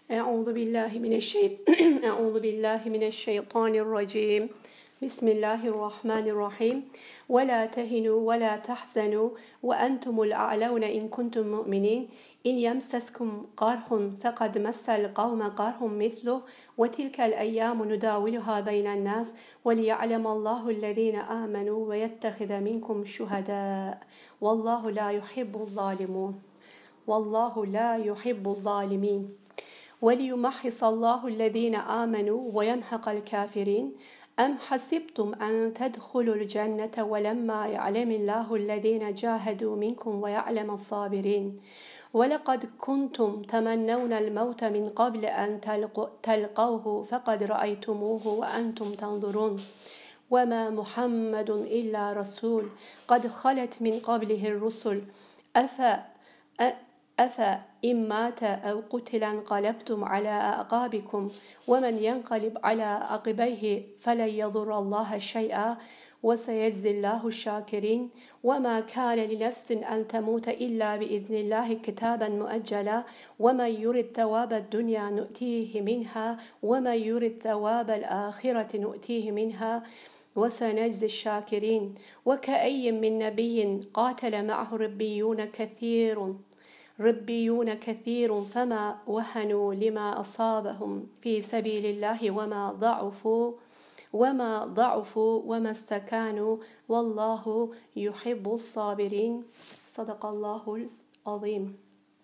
Euzu billahi mineşşeytanirracim. Bismillahirrahmanirrahim. Ve la tehinu ve la tahzanu ve entumul a'launa in kuntum mu'minin. İn yemseskum qarhun faqad massal qavme qarhun misluh ve tilkel eyyamu nudaviluha beynen nas ve liya'lemallahu ellezine amenu ve yettehize minkum şuhada. Vallahu la yuhibbul zalimun. Vallahu la yuhibbul zalimin. وَلِيُمَحِّصَ اللّٰهُ الَّذ۪ينَ آمَنُوا وَيَمْحَقَ الْكَافِرِينَ أَمْ حَسِبْتُمْ أَنْ تَدْخُلُوا الْجَنَّةَ وَلَمَّا يَعْلَمِ اللّٰهُ الَّذ۪ينَ جَاهَدُوا مِنْكُمْ وَيَعْلَمَ الصَّابِرِينَ وَلَقَدْ كُنْتُمْ تَمَنَّوْنَ الْمَوْتَ مِنْ قَبْلِ أَنْ تَلْقَوْهُ فَقَدْ رَأَيْتُمُوهُ وَأَنْتُمْ تَنْظُرُونَ وَمَا مُحَمَّدٌ إِلَّا رَسُولٌ قَدْ خَلَتْ مِنْ قَبْلِهِ الرُّسُلُ إِنْ مَاتَ أَوْ قُتِلَ انقلبتم على أعقابكم ومن ينقلب على عقبيه فلن يضر الله شيئا وسيجزي الله الشاكرين وما كان لنفس أن تموت إلا بإذن الله كتابا مؤجلا ومن يرد ثواب الدنيا نؤتيه منها ومن يرد ثواب الآخرة نؤتيه منها وسنجزي الشاكرين وكأي من نبي قاتل معه ربيون كثير فما وهنوا لما أصابهم في سبيل الله وما ضعفوا وما استكانوا والله يحب الصابرين. Sadakallahul azim.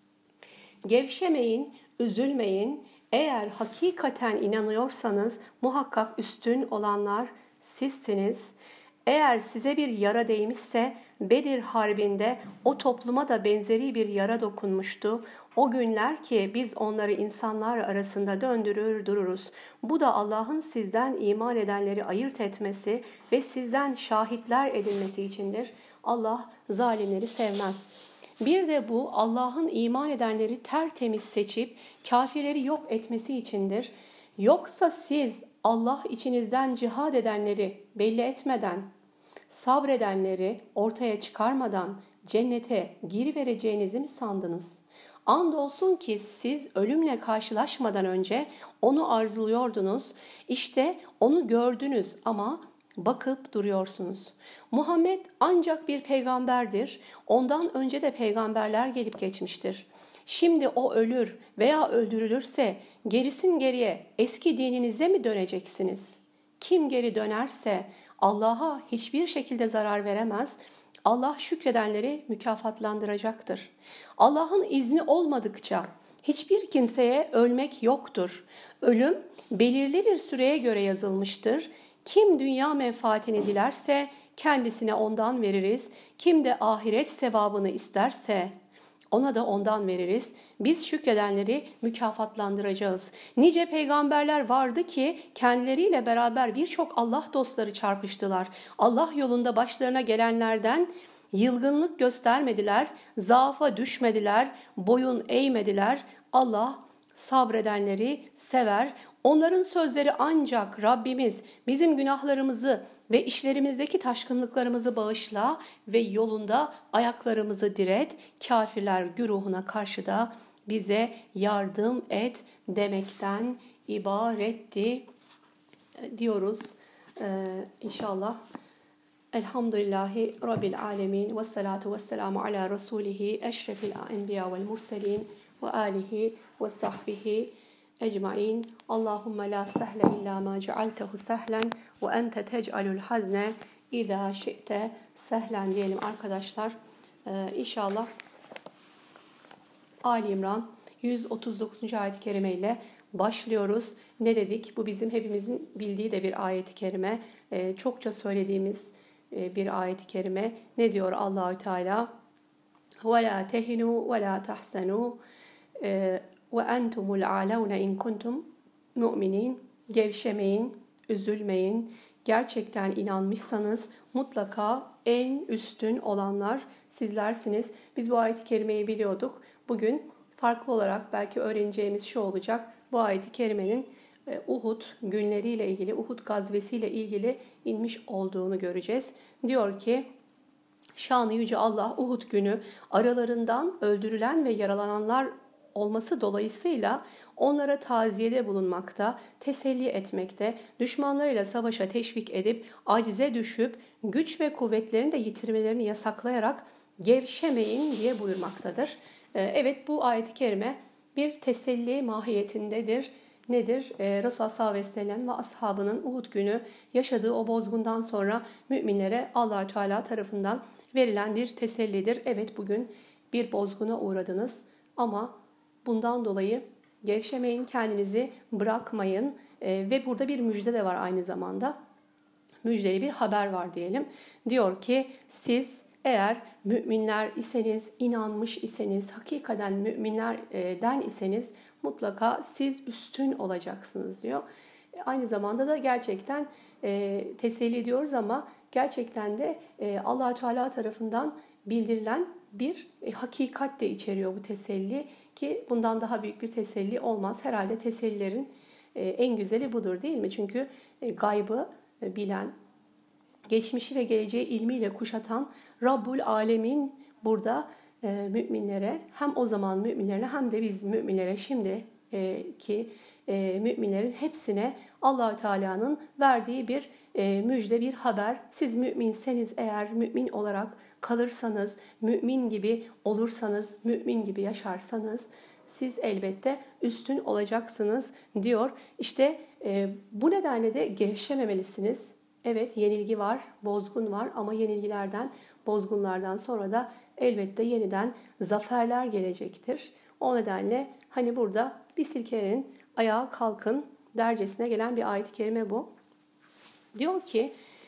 Gevşemeyin, üzülmeyin. Eğer hakikaten inanıyorsanız muhakkak üstün olanlar sizsiniz. Eğer size bir yara değmişse Bedir Harbi'nde o topluma da benzeri bir yara dokunmuştu. O günler ki biz onları insanlar arasında döndürür dururuz. Bu da Allah'ın sizden iman edenleri ayırt etmesi ve sizden şahitler edilmesi içindir. Allah zalimleri sevmez. Bir de bu Allah'ın iman edenleri tertemiz seçip kafirleri yok etmesi içindir. Yoksa siz Allah içinizden cihad edenleri belli etmeden, sabredenleri ortaya çıkarmadan cennete girivereceğinizi mi sandınız? Andolsun ki siz ölümle karşılaşmadan önce onu arzuluyordunuz. İşte onu gördünüz ama bakıp duruyorsunuz. Muhammed ancak bir peygamberdir. Ondan önce de peygamberler gelip geçmiştir. Şimdi o ölür veya öldürülürse gerisin geriye eski dininize mi döneceksiniz? Kim geri dönerse Allah'a hiçbir şekilde zarar veremez. Allah şükredenleri mükafatlandıracaktır. Allah'ın izni olmadıkça hiçbir kimseye ölmek yoktur. Ölüm belirli bir süreye göre yazılmıştır. Kim dünya menfaatini dilerse kendisine ondan veririz. Kim de ahiret sevabını isterse ona da ondan veririz. Biz şükredenleri mükafatlandıracağız. Nice peygamberler vardı ki kendileriyle beraber birçok Allah dostları çarpıştılar. Allah yolunda başlarına gelenlerden yılgınlık göstermediler, zaafa düşmediler, boyun eğmediler. Allah sabredenleri sever. Onların sözleri ancak Rabbimiz bizim günahlarımızı ve işlerimizdeki taşkınlıklarımızı bağışla ve yolunda ayaklarımızı diret, kafirler güruhuna karşı da bize yardım et demekten ibaretti diyoruz inşallah. Elhamdülillahi Rabbil alemin ve salatu ve selamu ala Resulihi eşrefil enbiya vel murselin ve alihi ve sahbihi ecmain. Allahümme la sehle illa ma cealtehu sehlen ve ente tec'alul hazne idâ şi'te sehlen diyelim arkadaşlar. İnşallah Ali İmran 139. ayet-i kerime ile başlıyoruz. Ne dedik? Bu bizim hepimizin bildiği de bir ayet-i kerime. Çokça söylediğimiz bir ayet-i kerime. Ne diyor Allahü Teala? وَلَا تَهِنُوا وَلَا تَحْسَنُوا وَاَنْتُمُ الْعَالَوْنَ اِنْ كُنْتُمْ مُؤْمِنِينَ. Gevşemeyin, üzülmeyin. Gerçekten inanmışsanız mutlaka en üstün olanlar sizlersiniz. Biz bu ayet-i kerimeyi biliyorduk. Bugün farklı olarak belki öğreneceğimiz şu olacak. Bu ayet-i kerimenin Uhud günleriyle ilgili, Uhud gazvesiyle ilgili inmiş olduğunu göreceğiz. Diyor ki, Şanı Yüce Allah Uhud günü aralarından öldürülen ve yaralananlar olması dolayısıyla onlara taziyede bulunmakta, teselli etmekte, düşmanlarıyla savaşa teşvik edip acize düşüp güç ve kuvvetlerini de yitirmelerini yasaklayarak gevşemeyin diye buyurmaktadır. Evet, bu ayet-i kerime bir teselli mahiyetindedir. Nedir? Resulullah sallallahu aleyhi ve sellem ve ashabının Uhud günü yaşadığı o bozgundan sonra müminlere Allah-u Teala tarafından verilen bir tesellidir. Evet, bugün bir bozguna uğradınız ama bundan dolayı gevşemeyin, kendinizi bırakmayın. Ve burada bir müjde de var aynı zamanda. Müjdeli bir haber var diyelim. Diyor ki siz eğer müminler iseniz, inanmış iseniz, hakikaten müminlerden iseniz mutlaka siz üstün olacaksınız diyor. Aynı zamanda da gerçekten teselli ediyoruz ama gerçekten de Allah-u Teala tarafından bildirilen bir hakikat de içeriyor bu teselli ki bundan daha büyük bir teselli olmaz. Herhalde tesellilerin en güzeli budur değil mi? Çünkü gaybı bilen, geçmişi ve geleceği ilmiyle kuşatan Rabbul Alemin burada müminlere, hem o zaman müminlerine hem de biz müminlere şimdi ki müminlerin hepsine Allahü Teala'nın verdiği bir müjde, bir haber. Siz müminseniz, eğer mümin olarak kalırsanız, mümin gibi olursanız, mümin gibi yaşarsanız siz elbette üstün olacaksınız diyor. İşte bu nedenle de gevşememelisiniz. Evet, yenilgi var, bozgun var ama yenilgilerden, bozgunlardan sonra da elbette yeniden zaferler gelecektir. O nedenle hani burada bir silkelenin, ayağa kalkın dercesine gelen bir ayet-i kerime bu. Diyor ki,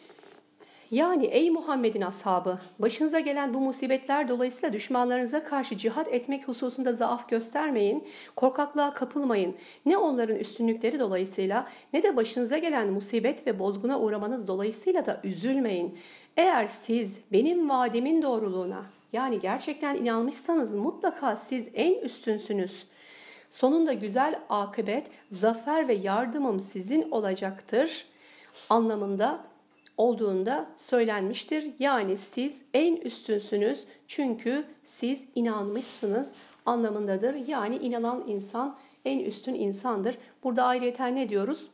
yani ey Muhammed'in ashabı, başınıza gelen bu musibetler dolayısıyla düşmanlarınıza karşı cihat etmek hususunda zaaf göstermeyin, korkaklığa kapılmayın. Ne onların üstünlükleri dolayısıyla ne de başınıza gelen musibet ve bozguna uğramanız dolayısıyla da üzülmeyin. Eğer siz benim vaadimin doğruluğuna, yani gerçekten inanmışsanız mutlaka siz en üstünsünüz. Sonunda güzel akıbet, zafer ve yardımım sizin olacaktır anlamında olduğunda söylenmiştir. Yani siz en üstünsünüz çünkü siz inanmışsınız anlamındadır. Yani inanan insan en üstün insandır. Burada ayrıyeten ne diyoruz?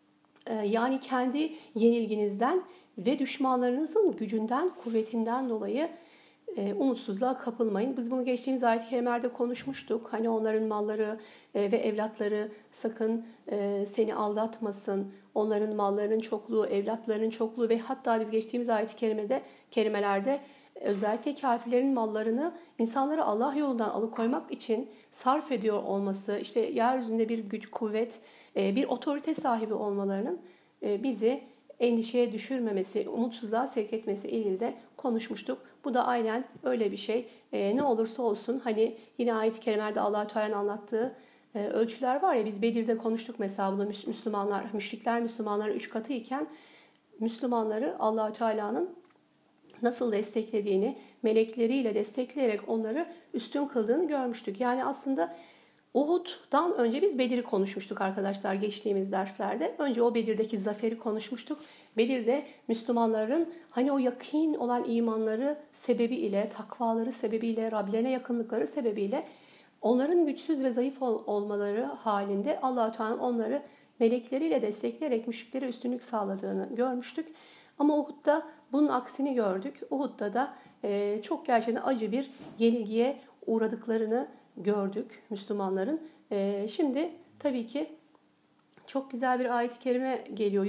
Yani kendi yenilginizden ve düşmanlarınızın gücünden, kuvvetinden dolayı umutsuzluğa kapılmayın. Biz bunu geçtiğimiz ayet-i kerimelerde konuşmuştuk. Hani onların malları ve evlatları sakın seni aldatmasın. Onların mallarının çokluğu, evlatlarının çokluğu ve hatta biz geçtiğimiz ayet-i kerimelerde özellikle kafirlerin mallarını insanları Allah yolundan alıkoymak için sarf ediyor olması, işte yeryüzünde bir güç, kuvvet, bir otorite sahibi olmalarının bizi endişeye düşürmemesi, umutsuzluğa sevk etmesi ilgili konuşmuştuk. Bu da aynen öyle bir şey. Ne olursa olsun hani yine ayet-i kerimelerde Allah-u Teala'nın anlattığı ölçüler var ya, biz Bedir'de konuştuk mesela bunu, müşrikler Müslümanlara 3 katı iken Müslümanları Allah-u Teala'nın nasıl desteklediğini, melekleriyle destekleyerek onları üstün kıldığını görmüştük. Yani aslında Uhud'dan önce biz Bedir'i konuşmuştuk arkadaşlar geçtiğimiz derslerde. Önce o Bedir'deki zaferi konuşmuştuk. Bedir'de Müslümanların hani o yakîn olan imanları sebebiyle, takvaları sebebiyle, Rablerine yakınlıkları sebebiyle onların güçsüz ve zayıf olmaları halinde Allah-u Teala onları melekleriyle destekleyerek müşriklere üstünlük sağladığını görmüştük. Ama Uhud'da bunun aksini gördük. Uhud'da da çok gerçekten acı bir yenilgiye uğradıklarını gördük Müslümanların. Şimdi tabii ki çok güzel bir ayet-i kerime geliyor.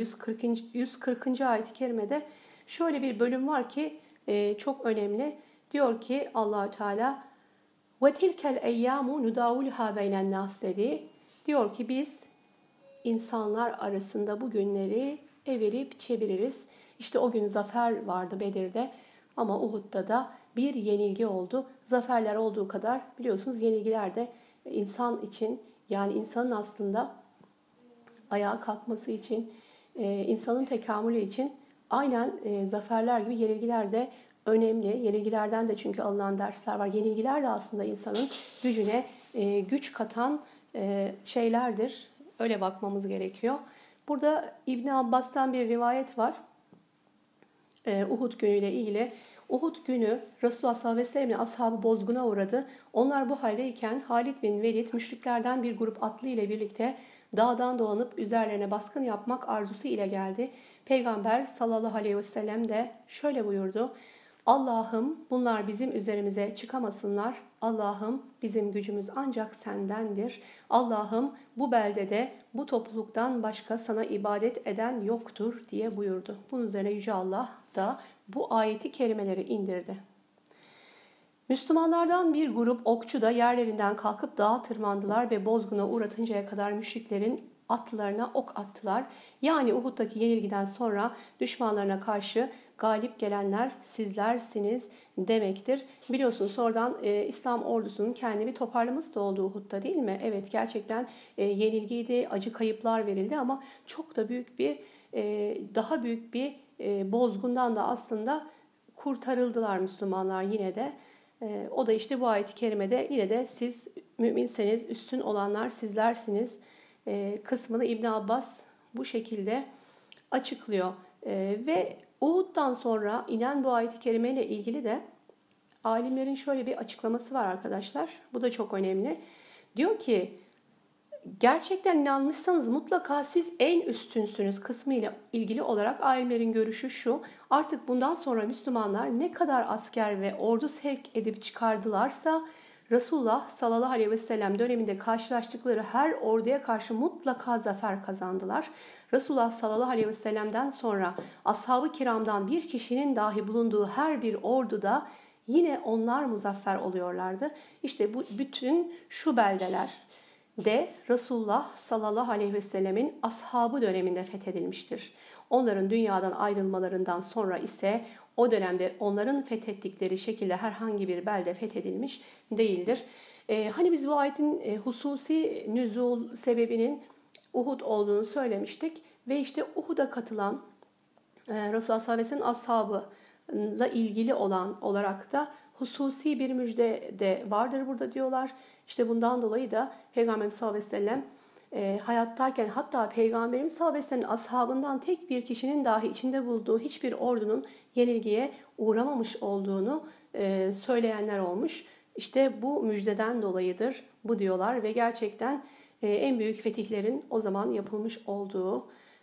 140. ayet-i kerimede şöyle bir bölüm var ki çok önemli. Diyor ki Allah-u Teala ve tilkel eyyamu nudavulha beynen nas dedi. Diyor ki biz insanlar arasında bu günleri evirip çeviririz. İşte o gün zafer vardı Bedir'de ama Uhud'da da bir yenilgi oldu. Zaferler olduğu kadar biliyorsunuz yenilgiler de insan için, yani insanın aslında ayağa kalkması için, insanın tekamülü için aynen zaferler gibi yenilgiler de önemli. Yenilgilerden de çünkü alınan dersler var. Yenilgiler de aslında insanın gücüne güç katan şeylerdir. Öyle bakmamız gerekiyor. Burada İbn Abbas'tan bir rivayet var. Uhud günüyle ilgili. Uhud günü Resulullah sallallahu aleyhi ve sellem'in ashabı bozguna uğradı. Onlar bu haldeyken Halid bin Velid müşriklerden bir grup atlı ile birlikte dağdan dolanıp üzerlerine baskın yapmak arzusu ile geldi. Peygamber sallallahu aleyhi ve sellem de şöyle buyurdu: Allah'ım bunlar bizim üzerimize çıkamasınlar. Allah'ım bizim gücümüz ancak sendendir. Allah'ım bu beldede bu topluluktan başka sana ibadet eden yoktur diye buyurdu. Bunun üzerine Yüce Allah da bu ayeti kerimeleri indirdi. Müslümanlardan bir grup okçu da yerlerinden kalkıp dağa tırmandılar ve bozguna uğratıncaya kadar müşriklerin atlarına ok attılar. Yani Uhud'daki yenilgiden sonra düşmanlarına karşı galip gelenler sizlersiniz demektir. Biliyorsunuz sonradan İslam ordusunun kendini toparlaması da oldu Uhud'da, değil mi? Evet, gerçekten yenilgiydi, acı kayıplar verildi ama çok da büyük bir daha büyük bir bozgundan da aslında kurtarıldılar Müslümanlar yine de. O da işte bu ayet-i kerimede yine de siz müminseniz üstün olanlar sizlersiniz kısmını İbn Abbas bu şekilde açıklıyor. Ve Uhud'dan sonra inen bu ayet-i kerimeyle ilgili de alimlerin şöyle bir açıklaması var arkadaşlar. Bu da çok önemli. Diyor ki gerçekten inanmışsanız mutlaka siz en üstünsünüz kısmıyla ilgili olarak alimlerin görüşü şu: artık bundan sonra Müslümanlar ne kadar asker ve ordu sevk edip çıkardılarsa Resulullah sallallahu aleyhi ve sellem döneminde karşılaştıkları her orduya karşı mutlaka zafer kazandılar. Resulullah sallallahu aleyhi ve sellem'den sonra ashab-ı kiramdan bir kişinin dahi bulunduğu her bir orduda yine onlar muzaffer oluyorlardı. İşte bu bütün şu beldeler de Resulullah sallallahu aleyhi ve sellemin ashabı döneminde fethedilmiştir. Onların dünyadan ayrılmalarından sonra ise o dönemde onların fethettikleri şekilde herhangi bir belde fethedilmiş değildir. Hani biz bu ayetin hususi nüzul sebebinin Uhud olduğunu söylemiştik ve işte Uhud'a katılan Resulullah sallallahu aleyhi ve sellem ashabıyla ilgili olan olarak da hususi bir müjde de vardır burada diyorlar. İşte bundan dolayı da Peygamberimiz sallallahu aleyhi ve sellem hayattayken, hatta Peygamberimiz sallallahu aleyhi ve sellem'in ashabından tek bir kişinin dahi içinde bulunduğu hiçbir ordunun yenilgiye uğramamış olduğunu söyleyenler olmuş. İşte bu müjdeden dolayıdır bu diyorlar ve gerçekten en büyük fetihlerin o zaman yapılmış olduğu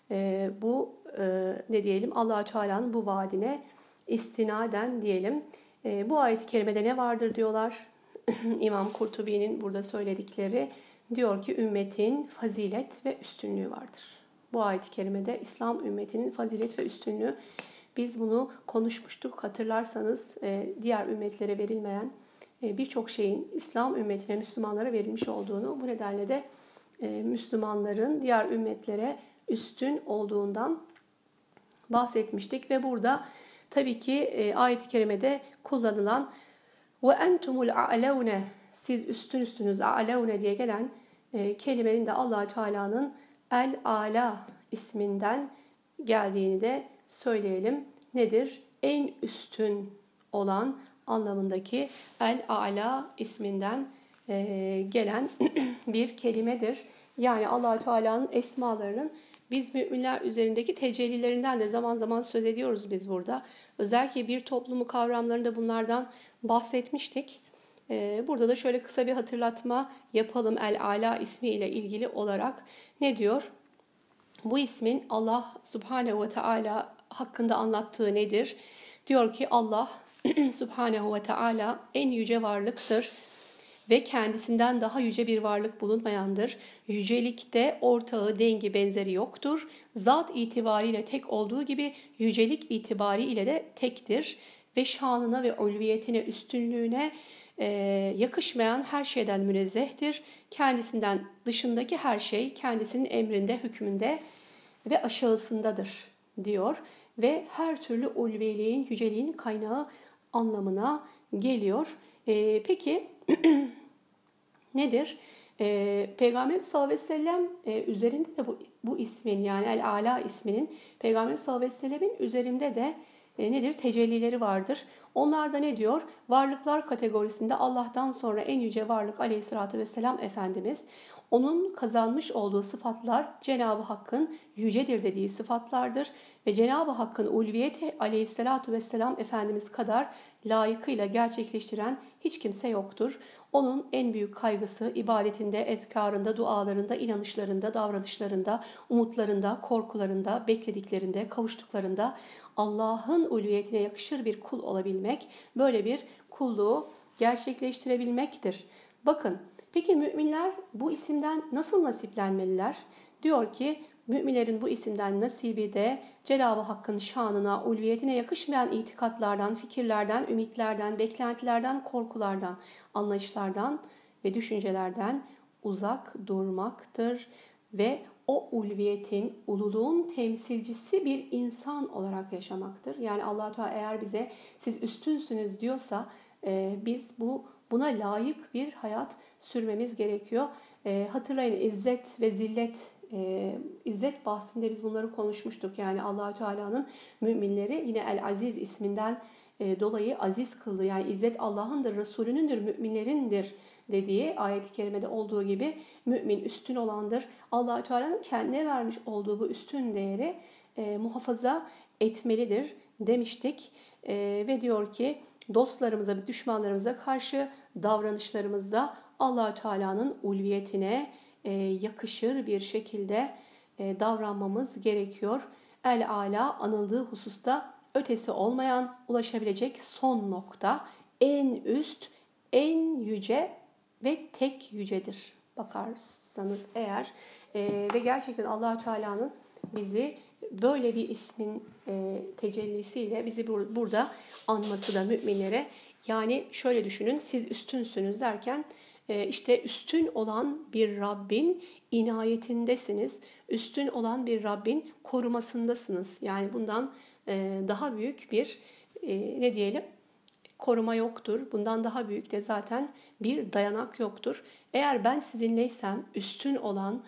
bu ne diyelim, Allah-u Teala'nın bu vaadine istinaden diyelim. Bu ayet-i kerimede ne vardır diyorlar. İmam Kurtubi'nin burada söyledikleri diyor ki ümmetin fazilet ve üstünlüğü vardır. Bu ayet-i kerimede İslam ümmetinin fazilet ve üstünlüğü. Biz bunu konuşmuştuk hatırlarsanız, diğer ümmetlere verilmeyen birçok şeyin İslam ümmetine, Müslümanlara verilmiş olduğunu, bu nedenle de Müslümanların diğer ümmetlere üstün olduğundan bahsetmiştik ve burada tabii ki ayet-i kerimede kullanılan ve entumul a'laune, siz üstünüz a'laune diye gelen kelimenin de Allah-u Teala'nın el-ala isminden geldiğini de söyleyelim. Nedir? En üstün olan anlamındaki el-ala isminden gelen bir kelimedir. Yani Allah-u Teala'nın esmalarının biz müminler üzerindeki tecellilerinden de zaman zaman söz ediyoruz biz burada. Özellikle bir toplumu kavramlarında bunlardan bahsetmiştik. Burada da şöyle kısa bir hatırlatma yapalım El-Ala ismi ile ilgili olarak. Ne diyor? Bu ismin Allah Subhanehu ve Teala hakkında anlattığı nedir? Diyor ki Allah Subhanehu ve Teala en yüce varlıktır ve kendisinden daha yüce bir varlık bulunmayandır. Yücelikte ortağı, dengi, benzeri yoktur. Zat itibariyle tek olduğu gibi yücelik itibariyle de tektir. Ve şanına ve ulviyetine, üstünlüğüne yakışmayan her şeyden münezzehtir. Kendisinden dışındaki her şey kendisinin emrinde, hükmünde ve aşağısındadır diyor. Ve her türlü ulviliğin, yüceliğin kaynağı anlamına geliyor. Peki nedir? Peygamberimiz sallallahu aleyhi ve sellem üzerinde de bu ismin, yani El-Ala isminin Peygamberimiz sallallahu aleyhi ve sellemin üzerinde de nedir? Tecellileri vardır. Onlar da ne diyor? Varlıklar kategorisinde Allah'tan sonra en yüce varlık aleyhissalatü vesselam Efendimiz. Onun kazanmış olduğu sıfatlar Cenab-ı Hakk'ın yücedir dediği sıfatlardır. Ve Cenab-ı Hakk'ın ulviyeti aleyhissalatu vesselam Efendimiz kadar layıkıyla gerçekleştiren hiç kimse yoktur. Onun en büyük kaygısı ibadetinde, ezkarında, dualarında, inanışlarında, davranışlarında, umutlarında, korkularında, beklediklerinde, kavuştuklarında Allah'ın ulviyetine yakışır bir kul olabilmek, böyle bir kulluğu gerçekleştirebilmektir. Bakın, peki müminler bu isimden nasıl nasiplenmeliler? Diyor ki, müminlerin bu isimden nasibi de Cenab-ı Hakk'ın şanına, ulviyetine yakışmayan itikatlardan, fikirlerden, ümitlerden, beklentilerden, korkulardan, anlayışlardan ve düşüncelerden uzak durmaktır ve o ulviyetin, ululuğun temsilcisi bir insan olarak yaşamaktır. Yani Allah-u Teala eğer bize siz üstünsünüz diyorsa biz buna layık bir hayat sürmemiz gerekiyor. Hatırlayın izzet ve zillet, izzet bahsinde biz bunları konuşmuştuk. Yani Allah-u Teala'nın müminleri yine El-Aziz isminden dolayı aziz kıldı. Yani izzet Allah'ındır, Resulünündür, müminlerindir dediği ayet-i kerimede olduğu gibi mümin üstün olandır. Allah-u Teala'nın kendine vermiş olduğu bu üstün değeri muhafaza etmelidir demiştik. Ve diyor ki dostlarımıza, düşmanlarımıza karşı davranışlarımızda Allah-u Teala'nın ulviyetine yakışır bir şekilde davranmamız gerekiyor. El-Ala anıldığı hususta ötesi olmayan, ulaşabilecek son nokta, en üst, en yüce ve tek yücedir. Bakarsanız eğer ve gerçekten Allah-u Teala'nın bizi böyle bir ismin tecellisiyle bizi burada anması da müminlere, yani şöyle düşünün, siz üstünsünüz derken işte üstün olan bir Rabbin inayetindesiniz, üstün olan bir Rabbin korumasındasınız. Yani bundan daha büyük bir ne diyelim koruma yoktur. Bundan daha büyük de zaten bir dayanak yoktur. Eğer ben sizinleysem üstün olan,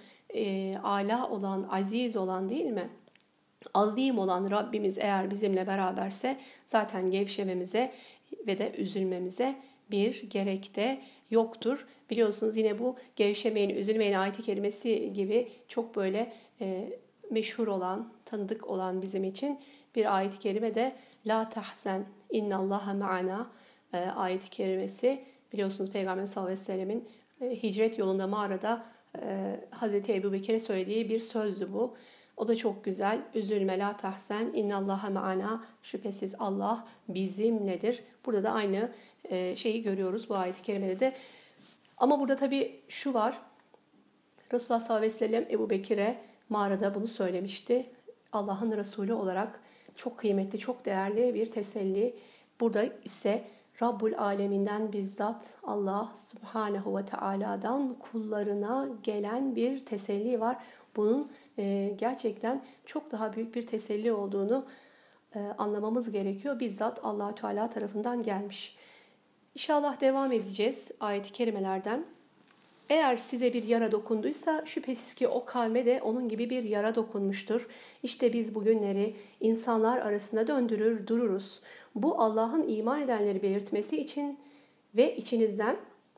âlâ olan, aziz olan değil mi? Azim olan Rabbimiz eğer bizimle beraberse zaten gevşememize ve de üzülmemize bir gerek de yoktur. Biliyorsunuz yine bu gevşemeyin, üzülmeyin ayet-i kerimesi gibi çok böyle meşhur olan, tanıdık olan bizim için bir ayet-i kerime de La tahzen innallaha ma'ana ayet-i kerimesi. Biliyorsunuz Peygamber sallallahu aleyhi ve sellemin hicret yolunda mağarada Hazreti Ebu Bekir'e söylediği bir sözdü bu. O da çok güzel. Üzülme la tahzen innallaha ma'ana. Şüphesiz Allah bizimledir. Burada da aynı şeyi görüyoruz bu ayet-i kerimede de. Ama burada tabii şu var. Resulullah sallallahu aleyhi ve sellem Ebu Bekir'e mağarada bunu söylemişti. Allah'ın Resulü olarak çok kıymetli, çok değerli bir teselli. Burada ise Rabbul Aleminden bizzat Allah Subhanahu ve Teala'dan kullarına gelen bir teselli var. Bunun gerçekten çok daha büyük bir teselli olduğunu anlamamız gerekiyor. Bizzat Allah-u Teala tarafından gelmiş. İnşallah devam edeceğiz ayet-i kerimelerden. Eğer size bir yara dokunduysa şüphesiz ki o kavme de onun gibi bir yara dokunmuştur. İşte biz bu günleri insanlar arasında döndürür dururuz. Bu Allah'ın iman edenleri belirtmesi için ve içinizden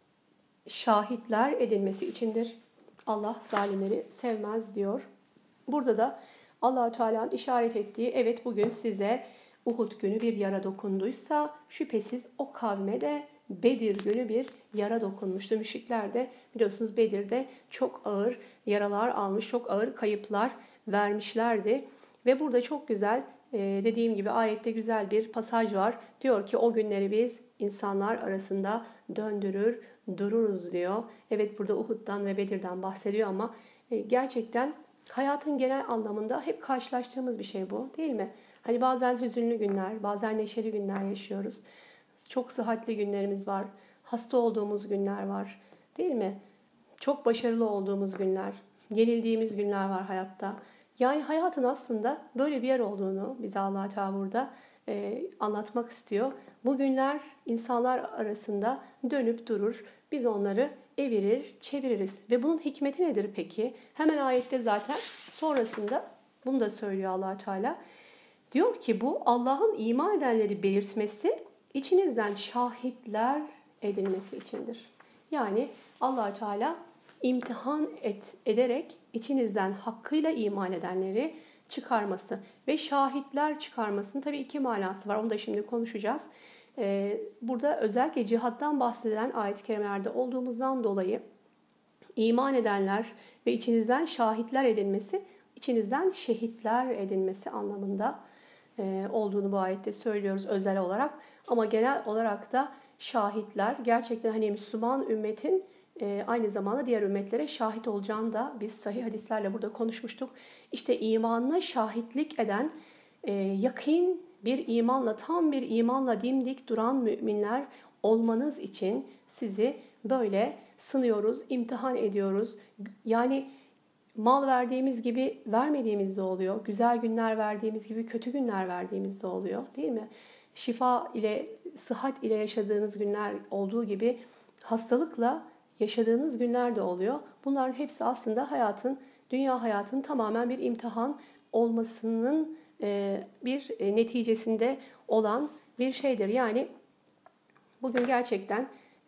şahitler edilmesi içindir. Allah zalimleri sevmez diyor. Burada da Allah-u Teala'nın işaret ettiği evet bugün size Uhud günü bir yara dokunduysa şüphesiz o kavme de Bedir günü bir yara dokunmuştu. Müşrikler de biliyorsunuz Bedir'de çok ağır yaralar almış, çok ağır kayıplar vermişlerdi. Ve burada çok güzel dediğim gibi ayette güzel bir pasaj var. Diyor ki o günleri biz insanlar arasında döndürür dururuz diyor. Evet burada Uhud'dan ve Bedir'den bahsediyor ama gerçekten hayatın genel anlamında hep karşılaştığımız bir şey bu değil mi? Hani bazen hüzünlü günler, bazen neşeli günler yaşıyoruz. Çok sıhhatli günlerimiz var. Hasta olduğumuz günler var. Değil mi? Çok başarılı olduğumuz günler, yenildiğimiz günler var hayatta. Yani hayatın aslında böyle bir yer olduğunu bize Allah-u Teala burada anlatmak istiyor. Bu günler insanlar arasında dönüp durur. Biz onları evirir, çeviririz. Ve bunun hikmeti nedir peki? Hemen ayette zaten sonrasında bunu da söylüyor Allah-u Teala. Diyor ki bu Allah'ın iman edenleri belirtmesi, içinizden şahitler edilmesi içindir. Yani Allah-u Teala imtihan ederek içinizden hakkıyla iman edenleri çıkarması ve şahitler çıkarmasının tabii iki manası var. Onu da şimdi konuşacağız. Burada özellikle cihattan bahsedilen ayet-i kerimelerde olduğumuzdan dolayı iman edenler ve içinizden şahitler edilmesi, içinizden şehitler edilmesi anlamında olduğunu bu ayette söylüyoruz özel olarak. Ama genel olarak da şahitler gerçekten hani Müslüman ümmetin aynı zamanda diğer ümmetlere şahit olacağını da biz sahih hadislerle burada konuşmuştuk. İşte imanına şahitlik eden yakîn bir imanla, tam bir imanla dimdik duran müminler olmanız için sizi böyle sınıyoruz, imtihan ediyoruz. Yani mal verdiğimiz gibi vermediğimiz de oluyor. Güzel günler verdiğimiz gibi kötü günler verdiğimiz de oluyor, değil mi? Şifa ile, sıhhat ile yaşadığınız günler olduğu gibi hastalıkla yaşadığınız günler de oluyor. Bunların hepsi aslında dünya hayatının tamamen bir imtihan olmasının bir neticesinde olan bir şeydir. Yani bugün gerçekten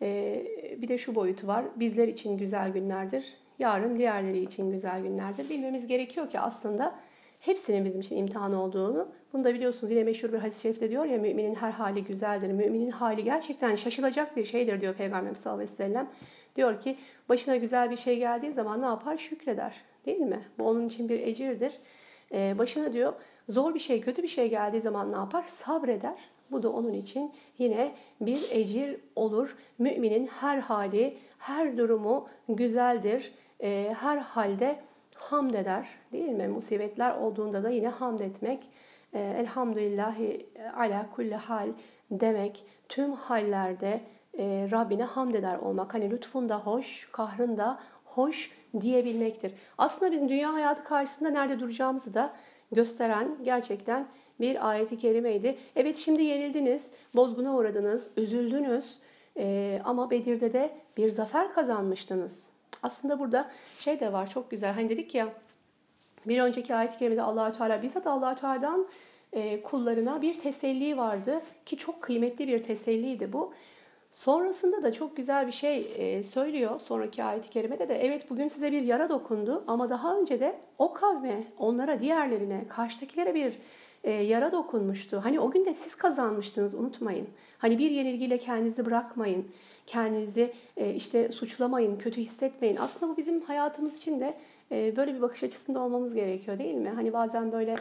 bir de şu boyutu var. Bizler için güzel günlerdir. Yarın diğerleri için güzel günlerdir. Bilmemiz gerekiyor ki aslında hepsinin bizim için imtihan olduğunu. Bunu da biliyorsunuz, yine meşhur bir hadis-i şerifte diyor ya, müminin her hali güzeldir. Müminin hali gerçekten şaşılacak bir şeydir diyor Peygamberimiz sallallahu aleyhi ve sellem. Diyor ki başına güzel bir şey geldiği zaman ne yapar? Şükreder. Değil mi? Bu onun için bir ecirdir. Başına diyor zor bir şey, kötü bir şey geldiği zaman ne yapar? Sabreder. Bu da onun için yine bir ecir olur. Müminin her hali, her durumu güzeldir. Her halde hamd eder, değil mi? Musibetler olduğunda da yine hamd etmek. Elhamdülillahi ala kulli hal demek. Tüm hallerde Rabbine hamd eder olmak. Hani lütfunda hoş, kahrında hoş diyebilmektir. Aslında bizim dünya hayatı karşısında nerede duracağımızı da gösteren gerçekten bir ayet-i kerimeydi. Evet, şimdi yenildiniz, bozguna uğradınız, üzüldünüz ama Bedir'de de bir zafer kazanmıştınız. Aslında burada şey de var, çok güzel. Hani dedik ya, bir önceki ayet-i kerimede Allah-u Teala bizzat Allah-u Teala'dan kullarına bir teselli vardı ki çok kıymetli bir teselliydi bu. Sonrasında da çok güzel bir şey söylüyor sonraki ayet-i kerimede de. Evet, bugün size bir yara dokundu ama daha önce de o kavme, onlara, diğerlerine, karşıdakilere bir yara dokunmuştu. Hani o gün de siz kazanmıştınız, unutmayın. Hani bir yenilgiyle kendinizi bırakmayın. Kendinizi işte suçlamayın, kötü hissetmeyin. Aslında bu bizim hayatımız için de böyle bir bakış açısında olmamız gerekiyor, değil mi? Hani bazen böyle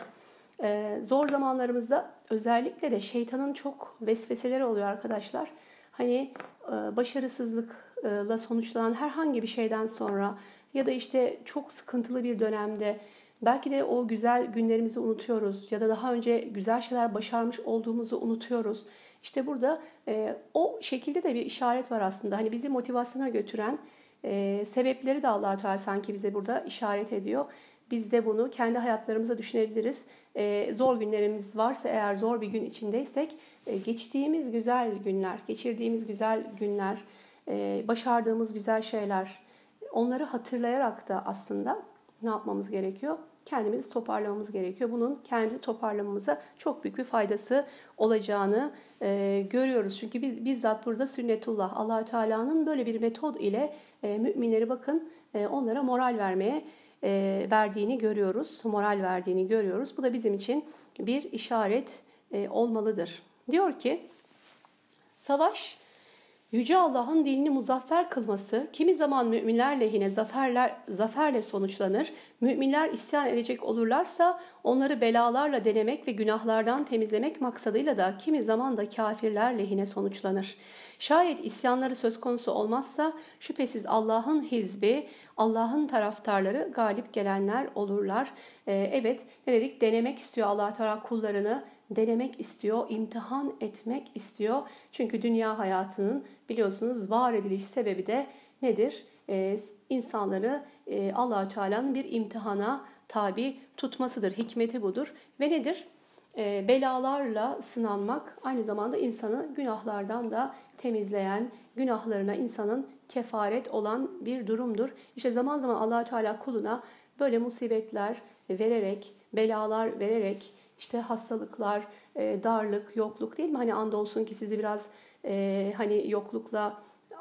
zor zamanlarımızda özellikle de şeytanın çok vesveseleri oluyor arkadaşlar. Hani başarısızlıkla sonuçlanan herhangi bir şeyden sonra ya da işte çok sıkıntılı bir dönemde belki de o güzel günlerimizi unutuyoruz ya da daha önce güzel şeyler başarmış olduğumuzu unutuyoruz. İşte burada o şekilde de bir işaret var aslında. Hani bizi motivasyona götüren sebepleri de Allah-u Teala sanki bize burada işaret ediyor. Biz de bunu kendi hayatlarımıza düşünebiliriz. Zor günlerimiz varsa, eğer zor bir gün içindeysek, geçtiğimiz güzel günler, geçirdiğimiz güzel günler, başardığımız güzel şeyler, onları hatırlayarak da aslında ne yapmamız gerekiyor? Kendimizi toparlamamız gerekiyor. Bunun kendimizi toparlamamıza çok büyük bir faydası olacağını görüyoruz. Çünkü biz bizzat burada sünnetullah, Allah-u Teala'nın böyle bir metod ile müminleri bakın onlara moral verdiğini görüyoruz. Moral verdiğini görüyoruz. Bu da bizim için bir işaret olmalıdır. Diyor ki, savaş Yüce Allah'ın dinini muzaffer kılması kimi zaman müminler lehine zaferle sonuçlanır. Müminler isyan edecek olurlarsa onları belalarla denemek ve günahlardan temizlemek maksadıyla da kimi zaman da kafirler lehine sonuçlanır. Şayet isyanları söz konusu olmazsa şüphesiz Allah'ın hizbi, Allah'ın taraftarları galip gelenler olurlar. Evet, ne dedik? Denemek istiyor Allah Teala kullarını. Denemek istiyor, imtihan etmek istiyor. Çünkü dünya hayatının biliyorsunuz var ediliş sebebi de nedir? İnsanları Allah-u Teala'nın bir imtihana tabi tutmasıdır. Hikmeti budur. Ve nedir? Belalarla sınanmak aynı zamanda insanı günahlardan da temizleyen, günahlarına insanın kefaret olan bir durumdur. İşte zaman zaman Allah-u Teala kuluna böyle musibetler vererek, belalar vererek, İşte hastalıklar, darlık, yokluk, değil mi? Hani andolsun ki sizi biraz hani yoklukla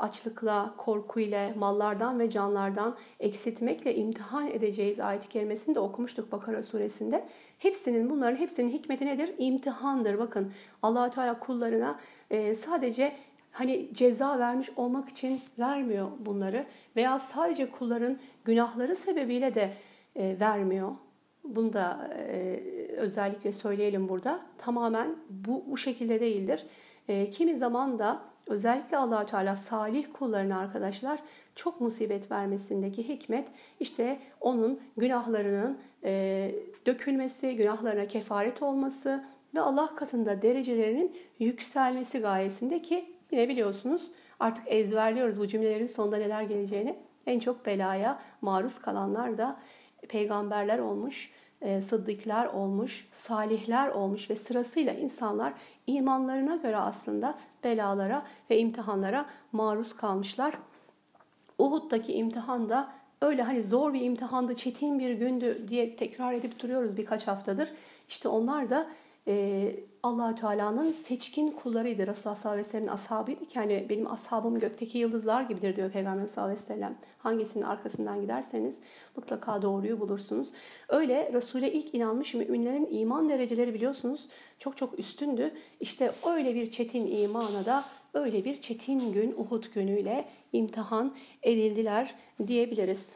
açlıkla, korkuyla, mallardan ve canlardan eksiltmekle imtihan edeceğiz ayet-i kerimesini de okumuştuk Bakara suresinde. Bunların hepsinin hikmeti nedir? İmtihandır. Bakın Allah-u Teala kullarına sadece hani ceza vermiş olmak için vermiyor bunları veya sadece kulların günahları sebebiyle de vermiyor. Bunu da özellikle söyleyelim burada. Tamamen bu şekilde değildir. Kimi zaman da özellikle Allah-u Teala salih kullarına arkadaşlar çok musibet vermesindeki hikmet işte onun günahlarının dökülmesi, günahlarına kefaret olması ve Allah katında derecelerinin yükselmesi gayesinde ki yine biliyorsunuz artık ezberliyoruz bu cümlelerin sonunda neler geleceğini. En çok belaya maruz kalanlar da peygamberler olmuş, sıddıklar olmuş, salihler olmuş ve sırasıyla insanlar imanlarına göre aslında belalara ve imtihanlara maruz kalmışlar. Uhud'daki imtihan da öyle hani zor bir imtihandı, çetin bir gündü diye tekrar edip duruyoruz birkaç haftadır. İşte onlar da Allah-u Teala'nın seçkin kullarıydı. Resulullah sallallahu aleyhi ve sellem'in ashabıydı ki hani benim ashabım gökteki yıldızlar gibidir diyor Peygamber sallallahu aleyhi ve sellem. Hangisinin arkasından giderseniz mutlaka doğruyu bulursunuz. Öyle Resul'e ilk inanmış müminlerin iman dereceleri biliyorsunuz çok çok üstündü. İşte öyle bir çetin imana da öyle bir çetin gün Uhud günüyle imtihan edildiler diyebiliriz.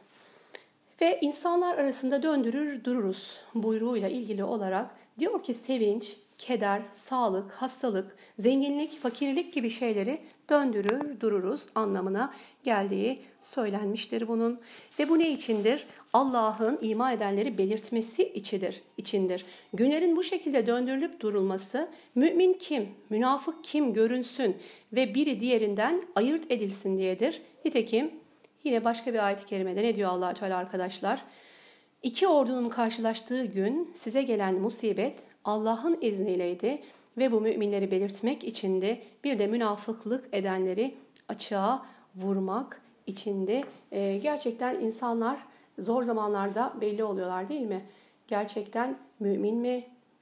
Ve insanlar arasında döndürür dururuz buyruğuyla ilgili olarak diyor ki sevinç, keder, sağlık, hastalık, zenginlik, fakirlik gibi şeyleri döndürür dururuz anlamına geldiği söylenmiştir bunun. Ve bu ne içindir? Allah'ın iman edenleri belirtmesi içindir. Günlerin bu şekilde döndürülüp durulması mümin kim, münafık kim görünsün ve biri diğerinden ayırt edilsin diyedir. Nitekim yine başka bir ayet-i kerimede ne diyor Allah-u Teala arkadaşlar? İki ordunun karşılaştığı gün size gelen musibet Allah'ın izniyleydi ve bu müminleri belirtmek içindi. Bir de münafıklık edenleri açığa vurmak içindi. Gerçekten insanlar zor zamanlarda belli oluyorlar değil mi? Gerçekten mümin mi?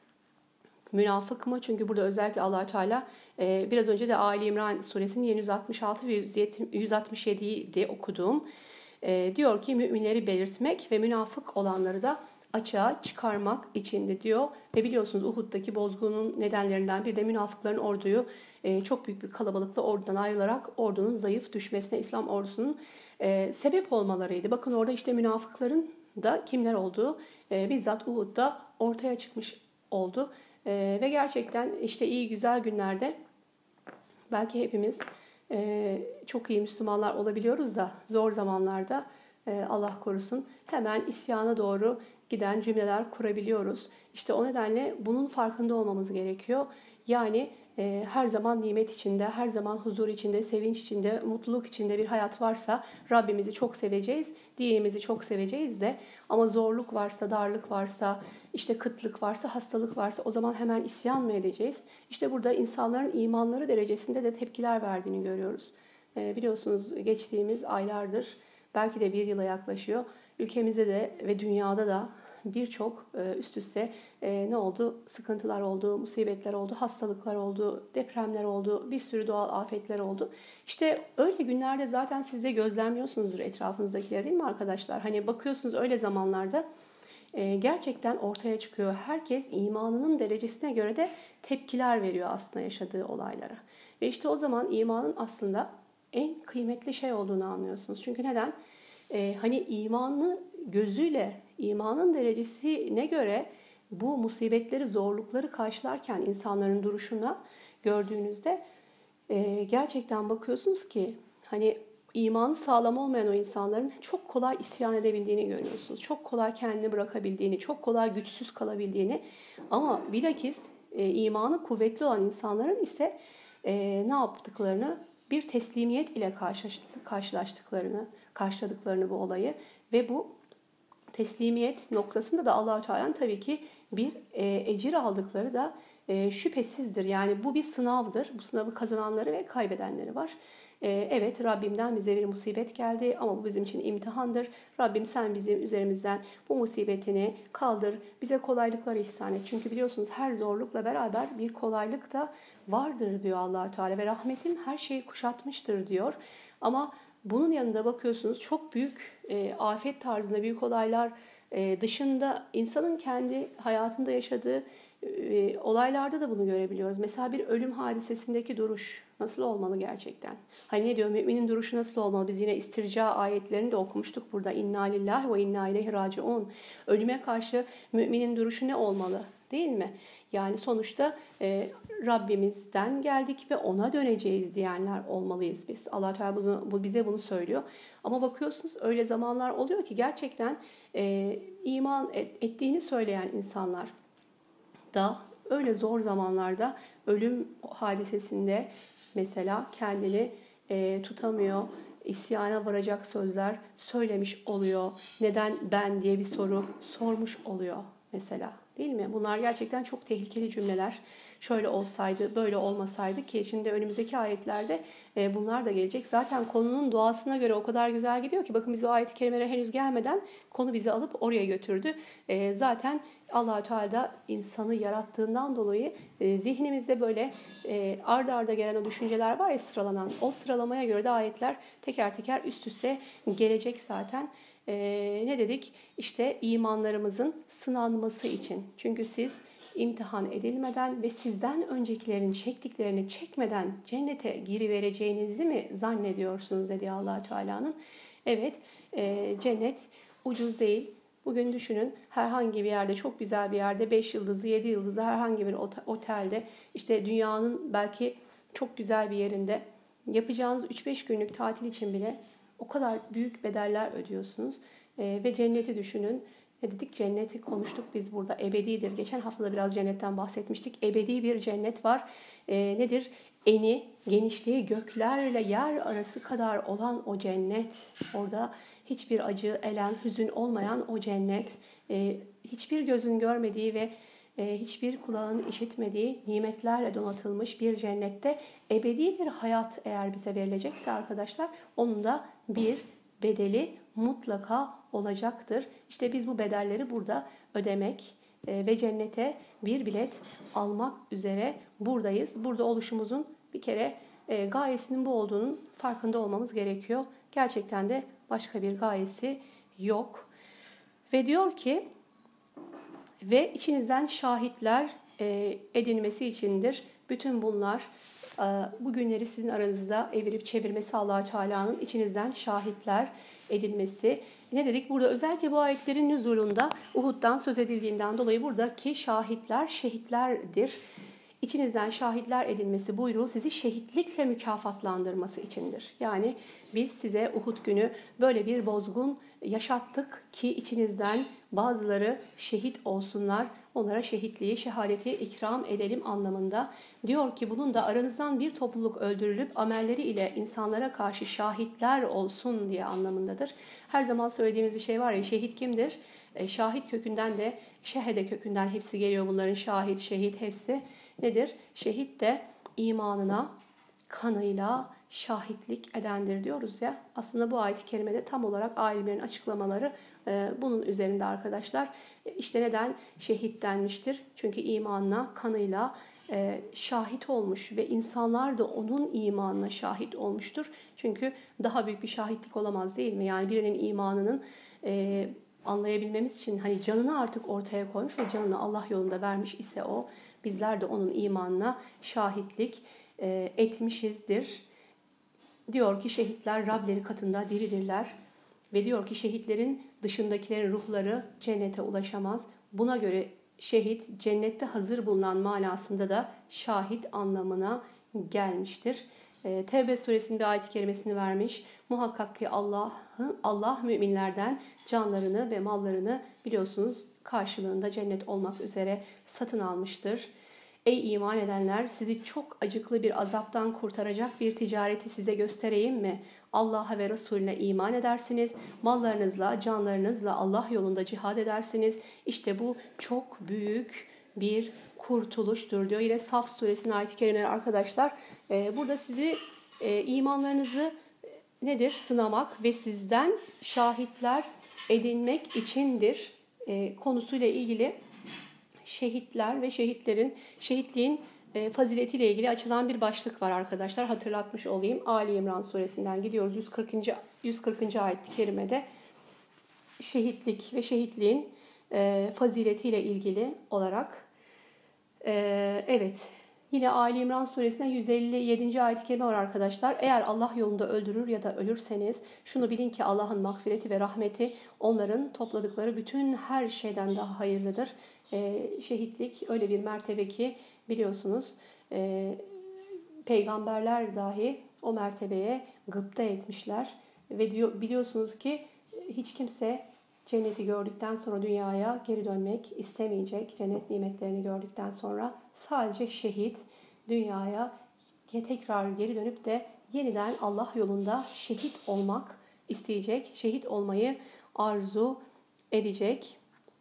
Münafık mı? Çünkü burada özellikle Allah-u Teala biraz önce de Ali İmran suresinin 166 ve 167'yi de okuduğum diyor ki müminleri belirtmek ve münafık olanları da açığa çıkarmak içindi diyor. Ve biliyorsunuz Uhud'daki bozgunun nedenlerinden bir de münafıkların orduyu çok büyük bir kalabalıkla ordudan ayrılarak ordunun zayıf düşmesine İslam ordusunun sebep olmalarıydı. Bakın orada işte münafıkların da kimler olduğu bizzat Uhud'da ortaya çıkmış oldu. Ve gerçekten işte iyi güzel günlerde belki hepimiz çok iyi Müslümanlar olabiliyoruz da zor zamanlarda Allah korusun hemen isyana doğru giden cümleler kurabiliyoruz. İşte o nedenle bunun farkında olmamız gerekiyor. Yani her zaman nimet içinde, her zaman huzur içinde, sevinç içinde, mutluluk içinde bir hayat varsa Rabbimizi çok seveceğiz, dinimizi çok seveceğiz de ama zorluk varsa, darlık varsa, işte kıtlık varsa, hastalık varsa o zaman hemen isyan mı edeceğiz? İşte burada insanların imanları derecesinde de tepkiler verdiğini görüyoruz. Biliyorsunuz geçtiğimiz aylardır, belki de bir yıla yaklaşıyor, ülkemizde de ve dünyada da birçok üst üste ne oldu? Sıkıntılar oldu, musibetler oldu, hastalıklar oldu, depremler oldu, bir sürü doğal afetler oldu. İşte öyle günlerde zaten siz de gözlemliyorsunuzdur etrafınızdakileri değil mi arkadaşlar? Hani bakıyorsunuz öyle zamanlarda gerçekten ortaya çıkıyor. Herkes imanının derecesine göre de tepkiler veriyor aslında yaşadığı olaylara. Ve işte o zaman imanın aslında en kıymetli şey olduğunu anlıyorsunuz. Çünkü neden? Hani imanı gözüyle, imanın derecesine göre bu musibetleri, zorlukları karşılarken insanların duruşuna gördüğünüzde gerçekten bakıyorsunuz ki hani imanı sağlam olmayan o insanların çok kolay isyan edebildiğini görüyorsunuz. Çok kolay kendini bırakabildiğini, çok kolay güçsüz kalabildiğini ama bilakis imanı kuvvetli olan insanların ise ne yaptıklarını bir teslimiyet ile karşıladıklarını bu olayı ve bu teslimiyet noktasında da Allah-u Teala'nın tabii ki bir ecir aldıkları da şüphesizdir. Yani bu bir sınavdır. Bu sınavı kazananları ve kaybedenleri var. Evet, Rabbimden bize bir musibet geldi ama bu bizim için imtihandır. Rabbim sen bizim üzerimizden bu musibetini kaldır, bize kolaylıklar ihsan et. Çünkü biliyorsunuz her zorlukla beraber bir kolaylık da vardır diyor Allah-u Teala ve rahmetim her şeyi kuşatmıştır diyor. Ama bunun yanında bakıyorsunuz çok büyük afet tarzında büyük olaylar dışında insanın kendi hayatında yaşadığı olaylarda da bunu görebiliyoruz. Mesela bir ölüm hadisesindeki duruş nasıl olmalı gerçekten? Hani ne diyor? Müminin duruşu nasıl olmalı? Biz yine istirca ayetlerini de okumuştuk burada. İnna lillahi ve inna ileyhi raciun. Ölüme karşı müminin duruşu ne olmalı? Değil mi? Yani sonuçta Rabbimizden geldik ve ona döneceğiz diyenler olmalıyız biz. Allah Teala bize bunu söylüyor. Ama bakıyorsunuz öyle zamanlar oluyor ki gerçekten iman ettiğini söyleyen insanlar da öyle zor zamanlarda ölüm hadisesinde mesela kendini tutamıyor, isyana varacak sözler söylemiş oluyor. Neden ben diye bir soru sormuş oluyor mesela. Değil mi? Bunlar gerçekten çok tehlikeli cümleler. Şöyle olsaydı, böyle olmasaydı ki şimdi önümüzdeki ayetlerde bunlar da gelecek. Zaten konunun doğasına göre o kadar güzel gidiyor ki bakın biz o ayet-i kerimelere henüz gelmeden konu bizi alıp oraya götürdü. Zaten Allah-u Teala da insanı yarattığından dolayı zihnimizde böyle arda arda gelen o düşünceler var ya sıralanan. O sıralamaya göre de ayetler teker teker üst üste gelecek zaten. Ne dedik? İşte imanlarımızın sınanması için. Çünkü siz imtihan edilmeden ve sizden öncekilerin çektiklerini çekmeden cennete girivereceğinizi mi zannediyorsunuz dedi Allah Teala'nın. Evet, cennet ucuz değil. Bugün düşünün herhangi bir yerde çok güzel bir yerde 5 yıldızlı 7 yıldızlı herhangi bir otelde işte dünyanın belki çok güzel bir yerinde yapacağınız 3-5 günlük tatil için bile o kadar büyük bedeller ödüyorsunuz. Ve cenneti düşünün. Ne dedik? Cenneti konuştuk biz burada. Ebedidir. Geçen hafta da biraz cennetten bahsetmiştik. Ebedi bir cennet var. Nedir? Eni, genişliği göklerle yer arası kadar olan o cennet. Orada hiçbir acı, elem, hüzün olmayan o cennet. Hiçbir gözün görmediği ve hiçbir kulağın işitmediği nimetlerle donatılmış bir cennette ebedi bir hayat eğer bize verilecekse arkadaşlar onun da bir bedeli mutlaka olacaktır. İşte biz bu bedelleri burada ödemek ve cennete bir bilet almak üzere buradayız. Burada oluşumuzun bir kere gayesinin bu olduğunun farkında olmamız gerekiyor. Gerçekten de başka bir gayesi yok. Ve diyor ki ve içinizden şahitler edinmesi içindir. Bütün bunlar bu günleri sizin aranızda evirip çevirmesi Allah-u Teala'nın içinizden şahitler edilmesi. Ne dedik? Burada özellikle bu ayetlerin nüzulunda Uhud'dan söz edildiğinden dolayı buradaki şahitler şehitlerdir. İçinizden şahitler edilmesi buyruğu sizi şehitlikle mükafatlandırması içindir. Yani biz size Uhud günü böyle bir bozgun yaşattık ki içinizden bazıları şehit olsunlar, onlara şehitliği, şehadeti ikram edelim anlamında. Diyor ki bunun da aranızdan bir topluluk öldürülüp amelleri ile insanlara karşı şahitler olsun diye anlamındadır. Her zaman söylediğimiz bir şey var ya, şehit kimdir? Şahit kökünden de şehede kökünden hepsi geliyor bunların, şahit, şehit hepsi. Nedir? Şehit de imanına, kanıyla şahitlik edendir diyoruz ya. Aslında bu ayet-i kerimede tam olarak alimlerin açıklamaları bunun üzerinde arkadaşlar. İşte neden şehit denmiştir? Çünkü imanına, kanıyla şahit olmuş ve insanlar da onun imanına şahit olmuştur. Çünkü daha büyük bir şahitlik olamaz değil mi? Yani birinin imanının anlayabilmemiz için hani canını artık ortaya koymuş ve canını Allah yolunda vermiş ise o, bizler de onun imanına şahitlik etmişizdir. Diyor ki şehitler Rableri katında diridirler ve diyor ki şehitlerin dışındakilerin ruhları cennete ulaşamaz. Buna göre şehit cennette hazır bulunan manasında da şahit anlamına gelmiştir. Tevbe suresinin bir ayet-i kerimesini vermiş. Muhakkak ki Allah müminlerden canlarını ve mallarını biliyorsunuz karşılığında cennet olmak üzere satın almıştır. Ey iman edenler, sizi çok acıklı bir azaptan kurtaracak bir ticareti size göstereyim mi? Allah'a ve Resulüne iman edersiniz. Mallarınızla, canlarınızla Allah yolunda cihad edersiniz. İşte bu çok büyük bir kurtuluştur diyor. Yine Saf suresinin ayet-i kerimeleri arkadaşlar. Burada sizi imanlarınızı nedir? Sınamak ve sizden şahitler edinmek içindir konusuyla ilgili şehitler ve şehitliğin faziletiyle ilgili açılan bir başlık var arkadaşlar. Hatırlatmış olayım. Ali İmran suresinden gidiyoruz. 140. ayet-i kerimede şehitlik ve şehitliğin faziletiyle ilgili olarak evet. Yine Ali İmran suresinde 157. ayet-i kerime var arkadaşlar. Eğer Allah yolunda öldürür ya da ölürseniz şunu bilin ki Allah'ın mağfireti ve rahmeti onların topladıkları bütün her şeyden daha hayırlıdır. Şehitlik öyle bir mertebe ki biliyorsunuz peygamberler dahi o mertebeye gıpta etmişler. Ve biliyorsunuz ki hiç kimse cenneti gördükten sonra dünyaya geri dönmek istemeyecek. Cennet nimetlerini gördükten sonra sadece şehit dünyaya tekrar geri dönüp de yeniden Allah yolunda şehit olmak isteyecek. Şehit olmayı arzu edecek.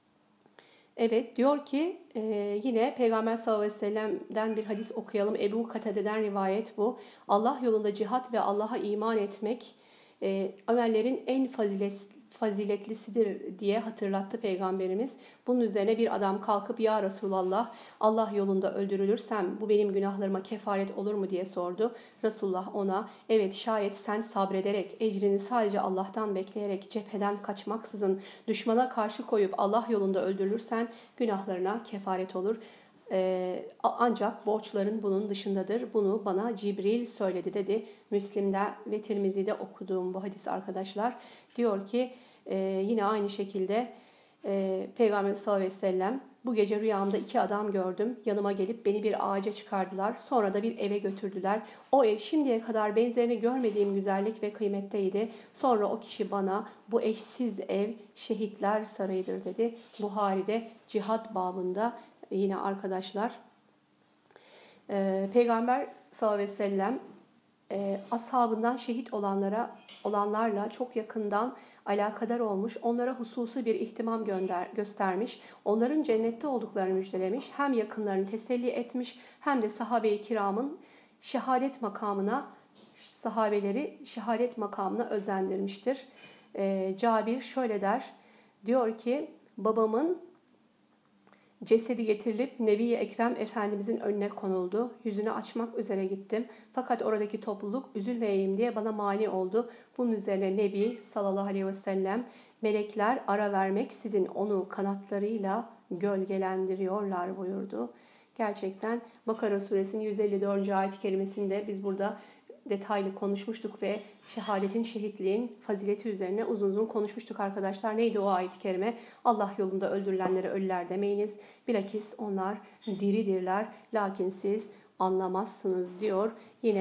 Evet diyor ki yine Peygamber sallallahu aleyhi ve sellem'den bir hadis okuyalım. Ebu Katade'den rivayet bu. Allah yolunda cihat ve Allah'a iman etmek amellerin en faziletlisidir diye hatırlattı Peygamberimiz. Bunun üzerine bir adam kalkıp ya Resulallah Allah yolunda öldürülürsem bu benim günahlarıma kefaret olur mu diye sordu. Resulullah ona evet şayet sen sabrederek ecrini sadece Allah'tan bekleyerek cepheden kaçmaksızın düşmana karşı koyup Allah yolunda öldürülürsen günahlarına kefaret olur. Ancak borçların bunun dışındadır. Bunu bana Cibril söyledi dedi. Müslim'de ve Tirmizi'de okuduğum bu hadis arkadaşlar. Diyor ki yine aynı şekilde Peygamber sallallahu aleyhi ve sellem bu gece rüyamda 2 adam gördüm. Yanıma gelip beni bir ağaca çıkardılar. Sonra da bir eve götürdüler. O ev şimdiye kadar benzerini görmediğim güzellik ve kıymetteydi. Sonra o kişi bana bu eşsiz ev şehitler sarayıdır dedi. Buhari'de cihat babında yine arkadaşlar Peygamber sallallahu aleyhi ve sellem ashabından şehit olanlarla çok yakından alakadar olmuş, onlara hususi bir ihtimam göstermiş, onların cennette olduklarını müjdelemiş, hem yakınlarını teselli etmiş hem de sahabe-i kiramın sahabeleri şehadet makamına özendirmiştir. Cabir şöyle der, diyor ki babamın cesedi getirilip Nebi-i Ekrem Efendimizin önüne konuldu. Yüzünü açmak üzere gittim. Fakat oradaki topluluk üzülmeyeyim diye bana mani oldu. Bunun üzerine Nebi sallallahu aleyhi ve sellem melekler ara vermeksizin onu kanatlarıyla gölgelendiriyorlar buyurdu. Gerçekten Bakara suresinin 154. ayet-i kerimesinde biz burada detaylı konuşmuştuk ve şehadetin, şehitliğin fazileti üzerine uzun uzun konuşmuştuk arkadaşlar. Neydi o ayet-i kerime? Allah yolunda öldürülenlere ölüler demeyiniz. Bilakis onlar diridirler. Lakin siz anlamazsınız diyor.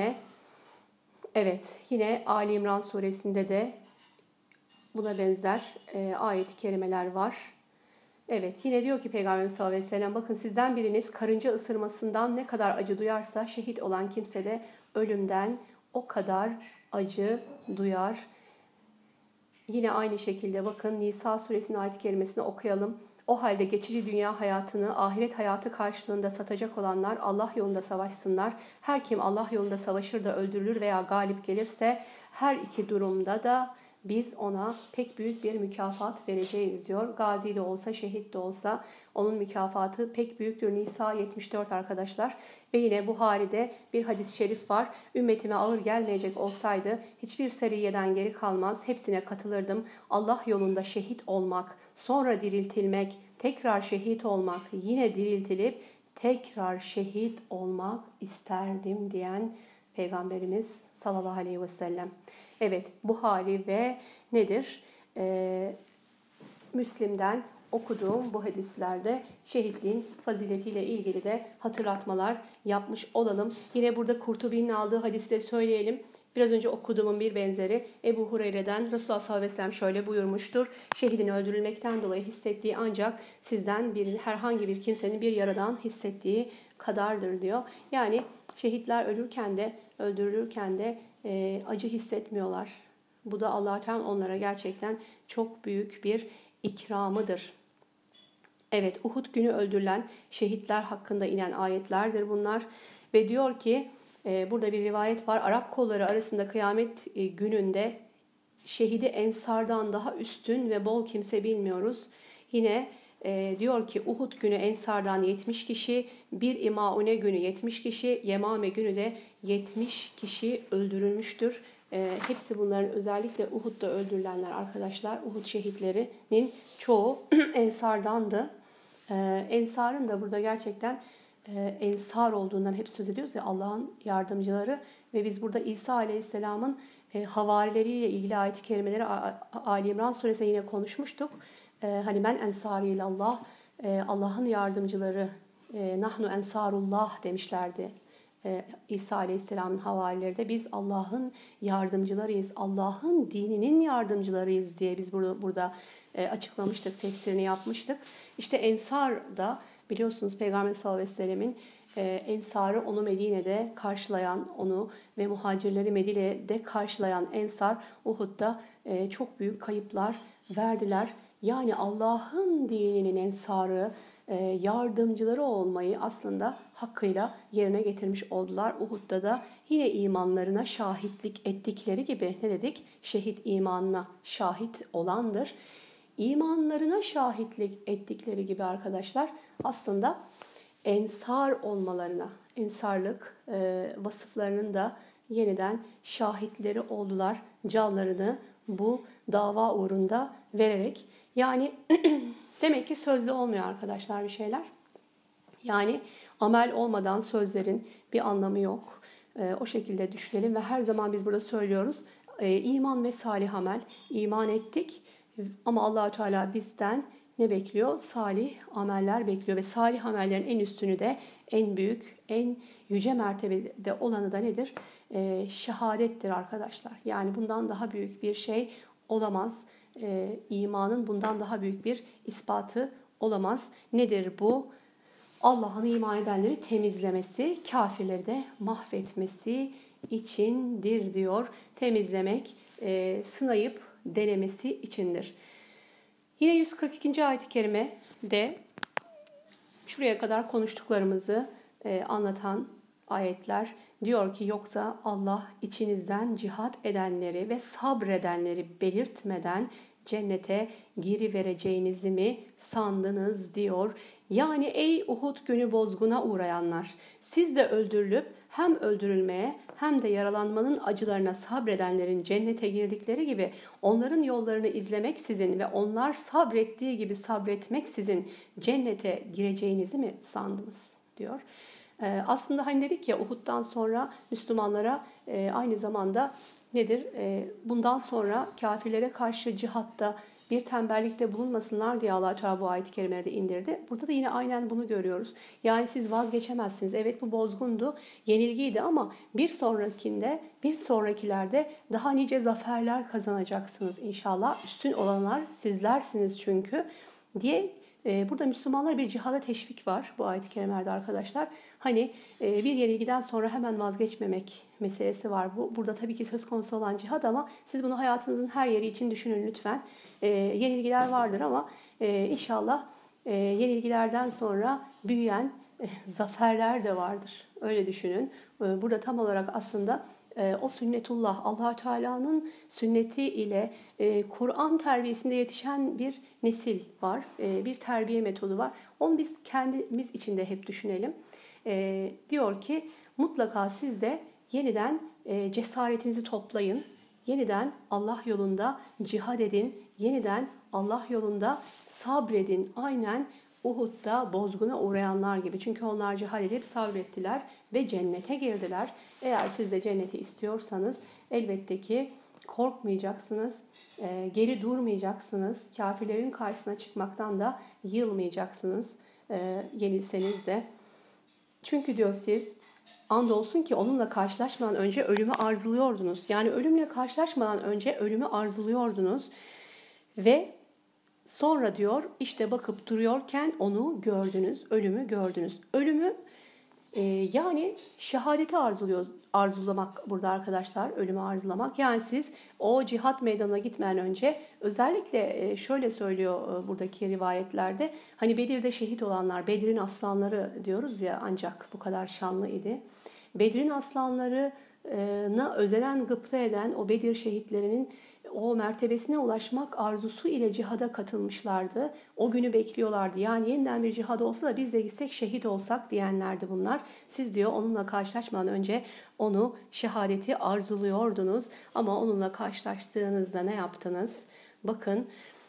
Yine Ali İmran suresinde de buna benzer ayet-i kerimeler var. Evet, yine diyor ki Peygamberimiz sallallahu aleyhi ve sellem bakın sizden biriniz karınca ısırmasından ne kadar acı duyarsa şehit olan kimse de ölümden o kadar acı duyar. Yine aynı şekilde bakın Nisa suresinin ayet-i kerimesini okuyalım. O halde geçici dünya hayatını ahiret hayatı karşılığında satacak olanlar Allah yolunda savaşsınlar. Her kim Allah yolunda savaşır da öldürülür veya galip gelirse her iki durumda da biz ona pek büyük bir mükafat vereceğiz diyor. Gazi de olsa, şehit de olsa onun mükafatı pek büyüktür. Nisa 74 arkadaşlar. Ve yine Buhari'de bir hadis-i şerif var. Ümmetime ağır gelmeyecek olsaydı hiçbir seriyeden geri kalmaz. Hepsine katılırdım. Allah yolunda şehit olmak, sonra diriltilmek, tekrar şehit olmak, yine diriltilip tekrar şehit olmak isterdim diyen Peygamberimiz sallallahu aleyhi ve sellem. Evet, Buhari ve nedir? Müslim'den okuduğum bu hadislerde şehitliğin faziletiyle ilgili de hatırlatmalar yapmış olalım. Yine burada Kurtubi'nin aldığı hadiste söyleyelim. Biraz önce okuduğumun bir benzeri Ebu Hureyre'den Resulullah sallallahu aleyhi ve sellem şöyle buyurmuştur. Şehidin öldürülmekten dolayı hissettiği ancak sizden herhangi bir kimsenin bir yaradan hissettiği kadardır diyor. Yani şehitler öldürülürken de acı hissetmiyorlar. Bu da Allah-u Teala onlara gerçekten çok büyük bir ikramıdır. Evet, Uhud günü öldürülen şehitler hakkında inen ayetlerdir bunlar. Ve diyor ki, burada bir rivayet var. Arap kolları arasında kıyamet gününde şehidi Ensar'dan daha üstün ve bol kimse bilmiyoruz. Yine diyor ki Uhud günü Ensar'dan 70 kişi, bir İmaune günü 70 kişi, Yemame günü de 70 kişi öldürülmüştür. Hepsi bunların, özellikle Uhud'da öldürülenler arkadaşlar, Uhud şehitlerinin çoğu Ensar'dandı. Ensar'ın da burada gerçekten Ensar olduğundan hep söz ediyoruz ya, Allah'ın yardımcıları. Ve biz burada İsa Aleyhisselam'ın havarileriyle ilgili ayet-i kerimeleri Ali İmran suresinde yine konuşmuştuk. Hani ben ensari Allah, Allah'ın yardımcıları, nahnu ensarullah demişlerdi. İsa Aleyhisselam'ın havarileri de biz Allah'ın yardımcılarıyız, Allah'ın dininin yardımcılarıyız diye biz burada açıklamıştık, tefsirini yapmıştık. İşte Ensar da biliyorsunuz Peygamber sallallahu aleyhi ve sellemin Ensar'ı onu Medine'de karşılayan, onu ve muhacirleri Medine'de karşılayan Ensar Uhud'da çok büyük kayıplar verdiler. Yani Allah'ın dininin ensarı, yardımcıları olmayı aslında hakkıyla yerine getirmiş oldular. Uhud'da da yine imanlarına şahitlik ettikleri gibi, ne dedik? Şehit imanına şahit olandır. İmanlarına şahitlik ettikleri gibi arkadaşlar aslında ensar olmalarına, ensarlık vasıflarının da yeniden şahitleri oldular. Canlarını bu dava uğrunda vererek. Yani demek ki sözde olmuyor arkadaşlar bir şeyler. Yani amel olmadan sözlerin bir anlamı yok. O şekilde düşünelim ve her zaman biz burada söylüyoruz. İman ve salih amel. İman ettik ama Allah-u Teala bizden ne bekliyor? Salih ameller bekliyor ve salih amellerin en üstünü de, en büyük, en yüce mertebede olanı da nedir? Şehadettir arkadaşlar. Yani bundan daha büyük bir şey olamaz. İmanın bundan daha büyük bir ispatı olamaz. Nedir bu? Allah'ın iman edenleri temizlemesi, kafirleri de mahvetmesi içindir diyor. Temizlemek, sınayıp denemesi içindir. Yine 142. ayet-i kerimede şuraya kadar konuştuklarımızı anlatan ayetler diyor ki, yoksa Allah içinizden cihat edenleri ve sabredenleri belirtmeden cennete girivereceğinizi mi sandınız diyor. Yani ey Uhud günü bozguna uğrayanlar, siz de öldürülüp hem öldürülmeye hem de yaralanmanın acılarına sabredenlerin cennete girdikleri gibi onların yollarını izlemeksizin ve onlar sabrettiği gibi sabretmeksizin cennete gireceğinizi mi sandınız diyor. Aslında hani dedik ya, Uhud'dan sonra Müslümanlara aynı zamanda nedir? Bundan sonra kafirlere karşı cihatta bir tembellikte bulunmasınlar diye Allah-u Teala bu ayet-i kerimeleri de indirdi. Burada da yine aynen bunu görüyoruz. Yani siz vazgeçemezsiniz. Evet, bu bozgundu, yenilgiydi ama bir sonrakilerde daha nice zaferler kazanacaksınız inşallah. Üstün olanlar sizlersiniz çünkü diye burada Müslümanlara bir cihada teşvik var bu ayet-i kerimelerde arkadaşlar. Hani bir yenilgiden sonra hemen vazgeçmemek meselesi var. Burada tabii ki söz konusu olan cihad ama siz bunu hayatınızın her yeri için düşünün lütfen. Yenilgiler vardır ama inşallah yenilgilerden sonra büyüyen zaferler de vardır. Öyle düşünün. Burada tam olarak aslında o sünnetullah, Allah-u Teala'nın sünneti ile Kur'an terbiyesinde yetişen bir nesil var. Bir terbiye metodu var. Onu biz kendimiz içinde hep düşünelim. Diyor ki mutlaka siz de yeniden cesaretinizi toplayın. Yeniden Allah yolunda cihad edin. Yeniden Allah yolunda sabredin. Aynen Uhud'da bozguna uğrayanlar gibi. Çünkü onlar cihad edip sabrettiler ve cennete girdiler. Eğer siz de cenneti istiyorsanız elbette ki korkmayacaksınız, geri durmayacaksınız. Kafirlerin karşısına çıkmaktan da yılmayacaksınız, yenilseniz de. Çünkü diyor siz andolsun ki onunla karşılaşmadan önce ölümü arzuluyordunuz. Yani ölümle karşılaşmadan önce ölümü arzuluyordunuz ve sonra diyor işte bakıp duruyorken onu gördünüz, ölümü gördünüz. Ölümü Yani şehadeti arzulamak burada arkadaşlar, ölümü arzulamak. Yani siz o cihat meydanına gitmeden önce özellikle şöyle söylüyor buradaki rivayetlerde. Hani Bedir'de şehit olanlar, Bedir'in aslanları diyoruz ya, ancak bu kadar şanlı idi. Bedir'in aslanlarına özenen, gıpta eden o Bedir şehitlerinin o mertebesine ulaşmak arzusu ile cihada katılmışlardı. O günü bekliyorlardı. Yani yeniden bir cihad olsa da biz de gitsek şehit olsak diyenlerdi bunlar. Siz diyor onunla karşılaşmadan önce onu, şehadeti arzuluyordunuz. Ama onunla karşılaştığınızda ne yaptınız? Bakın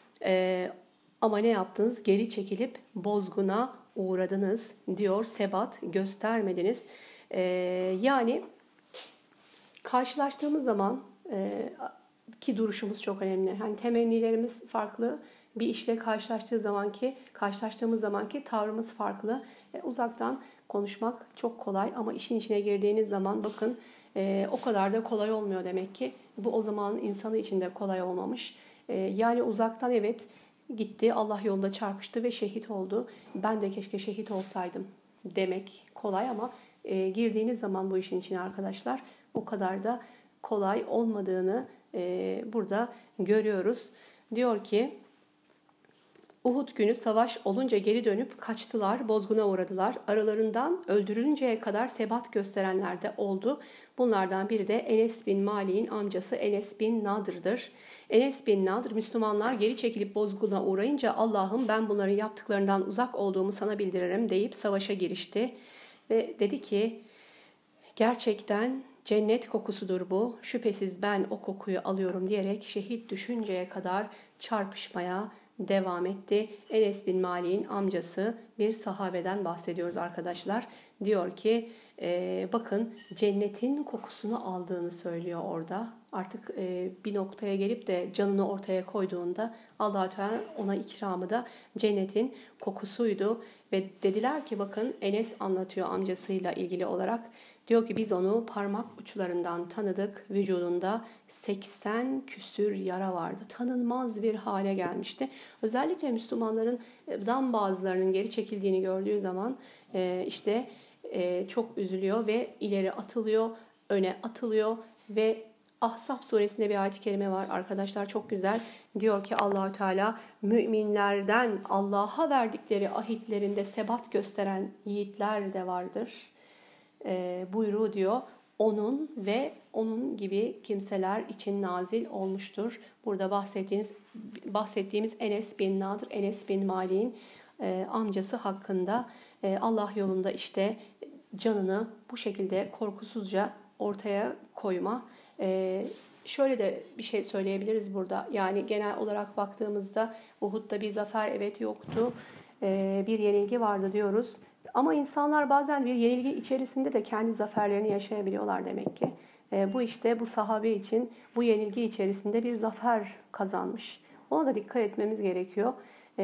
ama ne yaptınız? Geri çekilip bozguna uğradınız diyor. Sebat göstermediniz. Yani karşılaştığımız zaman ki duruşumuz çok önemli. Hani temennilerimiz farklı. Bir işle karşılaştığımız zamanki tavrımız farklı. Uzaktan konuşmak çok kolay ama işin içine girdiğiniz zaman bakın o kadar da kolay olmuyor demek ki. Bu o zaman insanı için de kolay olmamış. Yani uzaktan evet gitti, Allah yolunda çarpıştı ve şehit oldu. Ben de keşke şehit olsaydım demek kolay ama girdiğiniz zaman bu işin içine arkadaşlar o kadar da kolay olmadığını burada görüyoruz. Diyor ki Uhud günü savaş olunca geri dönüp kaçtılar, bozguna uğradılar. Aralarından öldürülünceye kadar sebat gösterenler de oldu. Bunlardan biri de Enes bin Malik'in amcası Enes bin Nadr'dır. Enes bin Nadr, Müslümanlar geri çekilip bozguna uğrayınca Allah'ım ben bunların yaptıklarından uzak olduğumu sana bildiririm deyip savaşa girişti. Ve dedi ki gerçekten cennet kokusudur bu. Şüphesiz ben o kokuyu alıyorum diyerek şehit düşünceye kadar çarpışmaya devam etti. Enes bin Malik'in amcası bir sahabeden bahsediyoruz arkadaşlar. Diyor ki bakın cennetin kokusunu aldığını söylüyor orada. Artık bir noktaya gelip de canını ortaya koyduğunda Allah-u Teala ona ikramı da cennetin kokusuydu. Ve dediler ki bakın Enes anlatıyor amcasıyla ilgili olarak. Diyor ki biz onu parmak uçlarından tanıdık. Vücudunda 80 küsür yara vardı. Tanınmaz bir hale gelmişti. Özellikle Müslümanlardan bazılarının geri çekildiğini gördüğü zaman çok üzülüyor ve ileri atılıyor, öne atılıyor ve Ahzab suresinde bir ayet-i kerime var arkadaşlar, çok güzel. Diyor ki Allahü Teala müminlerden Allah'a verdikleri ahitlerinde sebat gösteren yiğitler de vardır. Buyruğu diyor. Onun ve onun gibi kimseler için nazil olmuştur. Burada bahsettiğimiz Enes bin Nadr, Enes bin Malik'in amcası hakkında Allah yolunda işte canını bu şekilde korkusuzca ortaya koyma. Şöyle de bir şey söyleyebiliriz burada. Yani genel olarak baktığımızda Uhud'da bir zafer evet yoktu. Bir yenilgi vardı diyoruz. Ama insanlar bazen bir yenilgi içerisinde de kendi zaferlerini yaşayabiliyorlar demek ki. Bu sahabe için bu yenilgi içerisinde bir zafer kazanmış. Ona da dikkat etmemiz gerekiyor.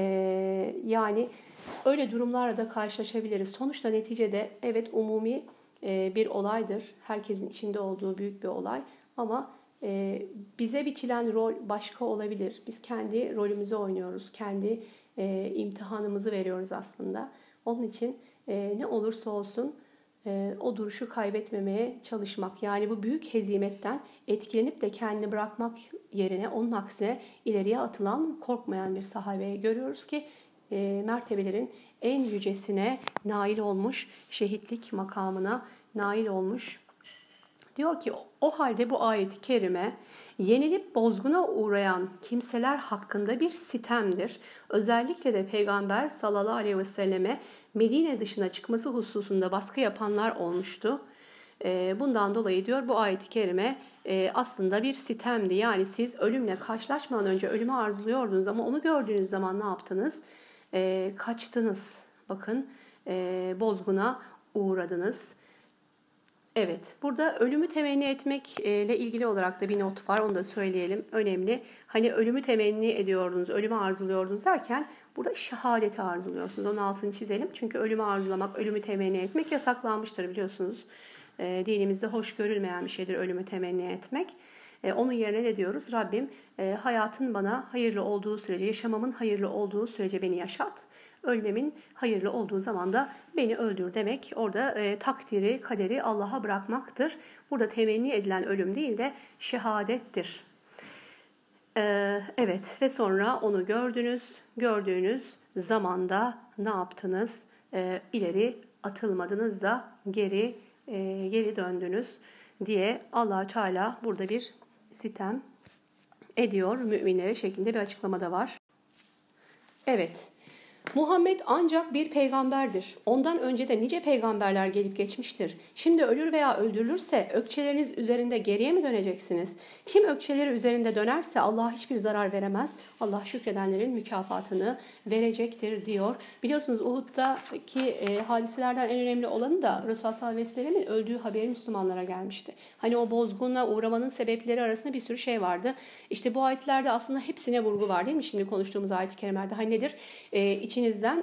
Yani öyle durumlarla da karşılaşabiliriz. Sonuçta neticede evet umumi bir olaydır. Herkesin içinde olduğu büyük bir olay. Ama bize biçilen rol başka olabilir. Biz kendi rolümüzü oynuyoruz. Kendi imtihanımızı veriyoruz aslında. Onun için ne olursa olsun o duruşu kaybetmemeye çalışmak. Yani bu büyük hezimetten etkilenip de kendini bırakmak yerine onun aksine ileriye atılan, korkmayan bir sahabeyi görüyoruz ki mertebelerin en yücesine nail olmuş, şehitlik makamına nail olmuş. Diyor ki o halde bu ayet-i kerime yenilip bozguna uğrayan kimseler hakkında bir sitemdir. Özellikle de Peygamber sallallahu aleyhi ve selleme Medine dışına çıkması hususunda baskı yapanlar olmuştu. Bundan dolayı diyor bu ayet-i kerime aslında bir sitemdi. Yani siz ölümle karşılaşmadan önce ölümü arzuluyordunuz ama onu gördüğünüz zaman ne yaptınız? Kaçtınız. Bakın bozguna uğradınız. Evet, burada ölümü temenni etmekle ilgili olarak da bir not var. Onu da söyleyelim. Önemli. Hani ölümü temenni ediyordunuz, ölümü arzuluyordunuz derken burada şehadeti arzuluyorsunuz. Onun altını çizelim. Çünkü ölümü arzulamak, ölümü temenni etmek yasaklanmıştır biliyorsunuz. Dinimizde hoş görülmeyen bir şeydir ölümü temenni etmek. Onun yerine ne diyoruz? Rabbim hayatın bana hayırlı olduğu sürece, yaşamamın hayırlı olduğu sürece beni yaşat. ölmemin hayırlı olduğu zaman da beni öldür demek. Orada takdiri, kaderi Allah'a bırakmaktır. Burada temenni edilen ölüm değil de şehadettir. Evet ve sonra onu gördüğünüz zamanda ne yaptınız? İleri atılmadınız da geri döndünüz diye Allah Teala burada bir sitem ediyor müminlere şeklinde bir açıklamada var. Evet. Muhammed ancak bir peygamberdir. Ondan önce de nice peygamberler gelip geçmiştir. Şimdi ölür veya öldürülürse ökçeleriniz üzerinde geriye mi döneceksiniz? Kim ökçeleri üzerinde dönerse Allah'a hiçbir zarar veremez. Allah şükredenlerin mükafatını verecektir diyor. Biliyorsunuz Uhud'daki hadiselerden en önemli olanı da Resulullah sallallahu aleyhi ve sellemin öldüğü haberi Müslümanlara gelmişti. Hani o bozgunla uğramanın sebepleri arasında bir sürü şey vardı. İşte bu ayetlerde aslında hepsine vurgu var değil mi? Şimdi konuştuğumuz ayet-i kerimelerde. Hani nedir? İçinizden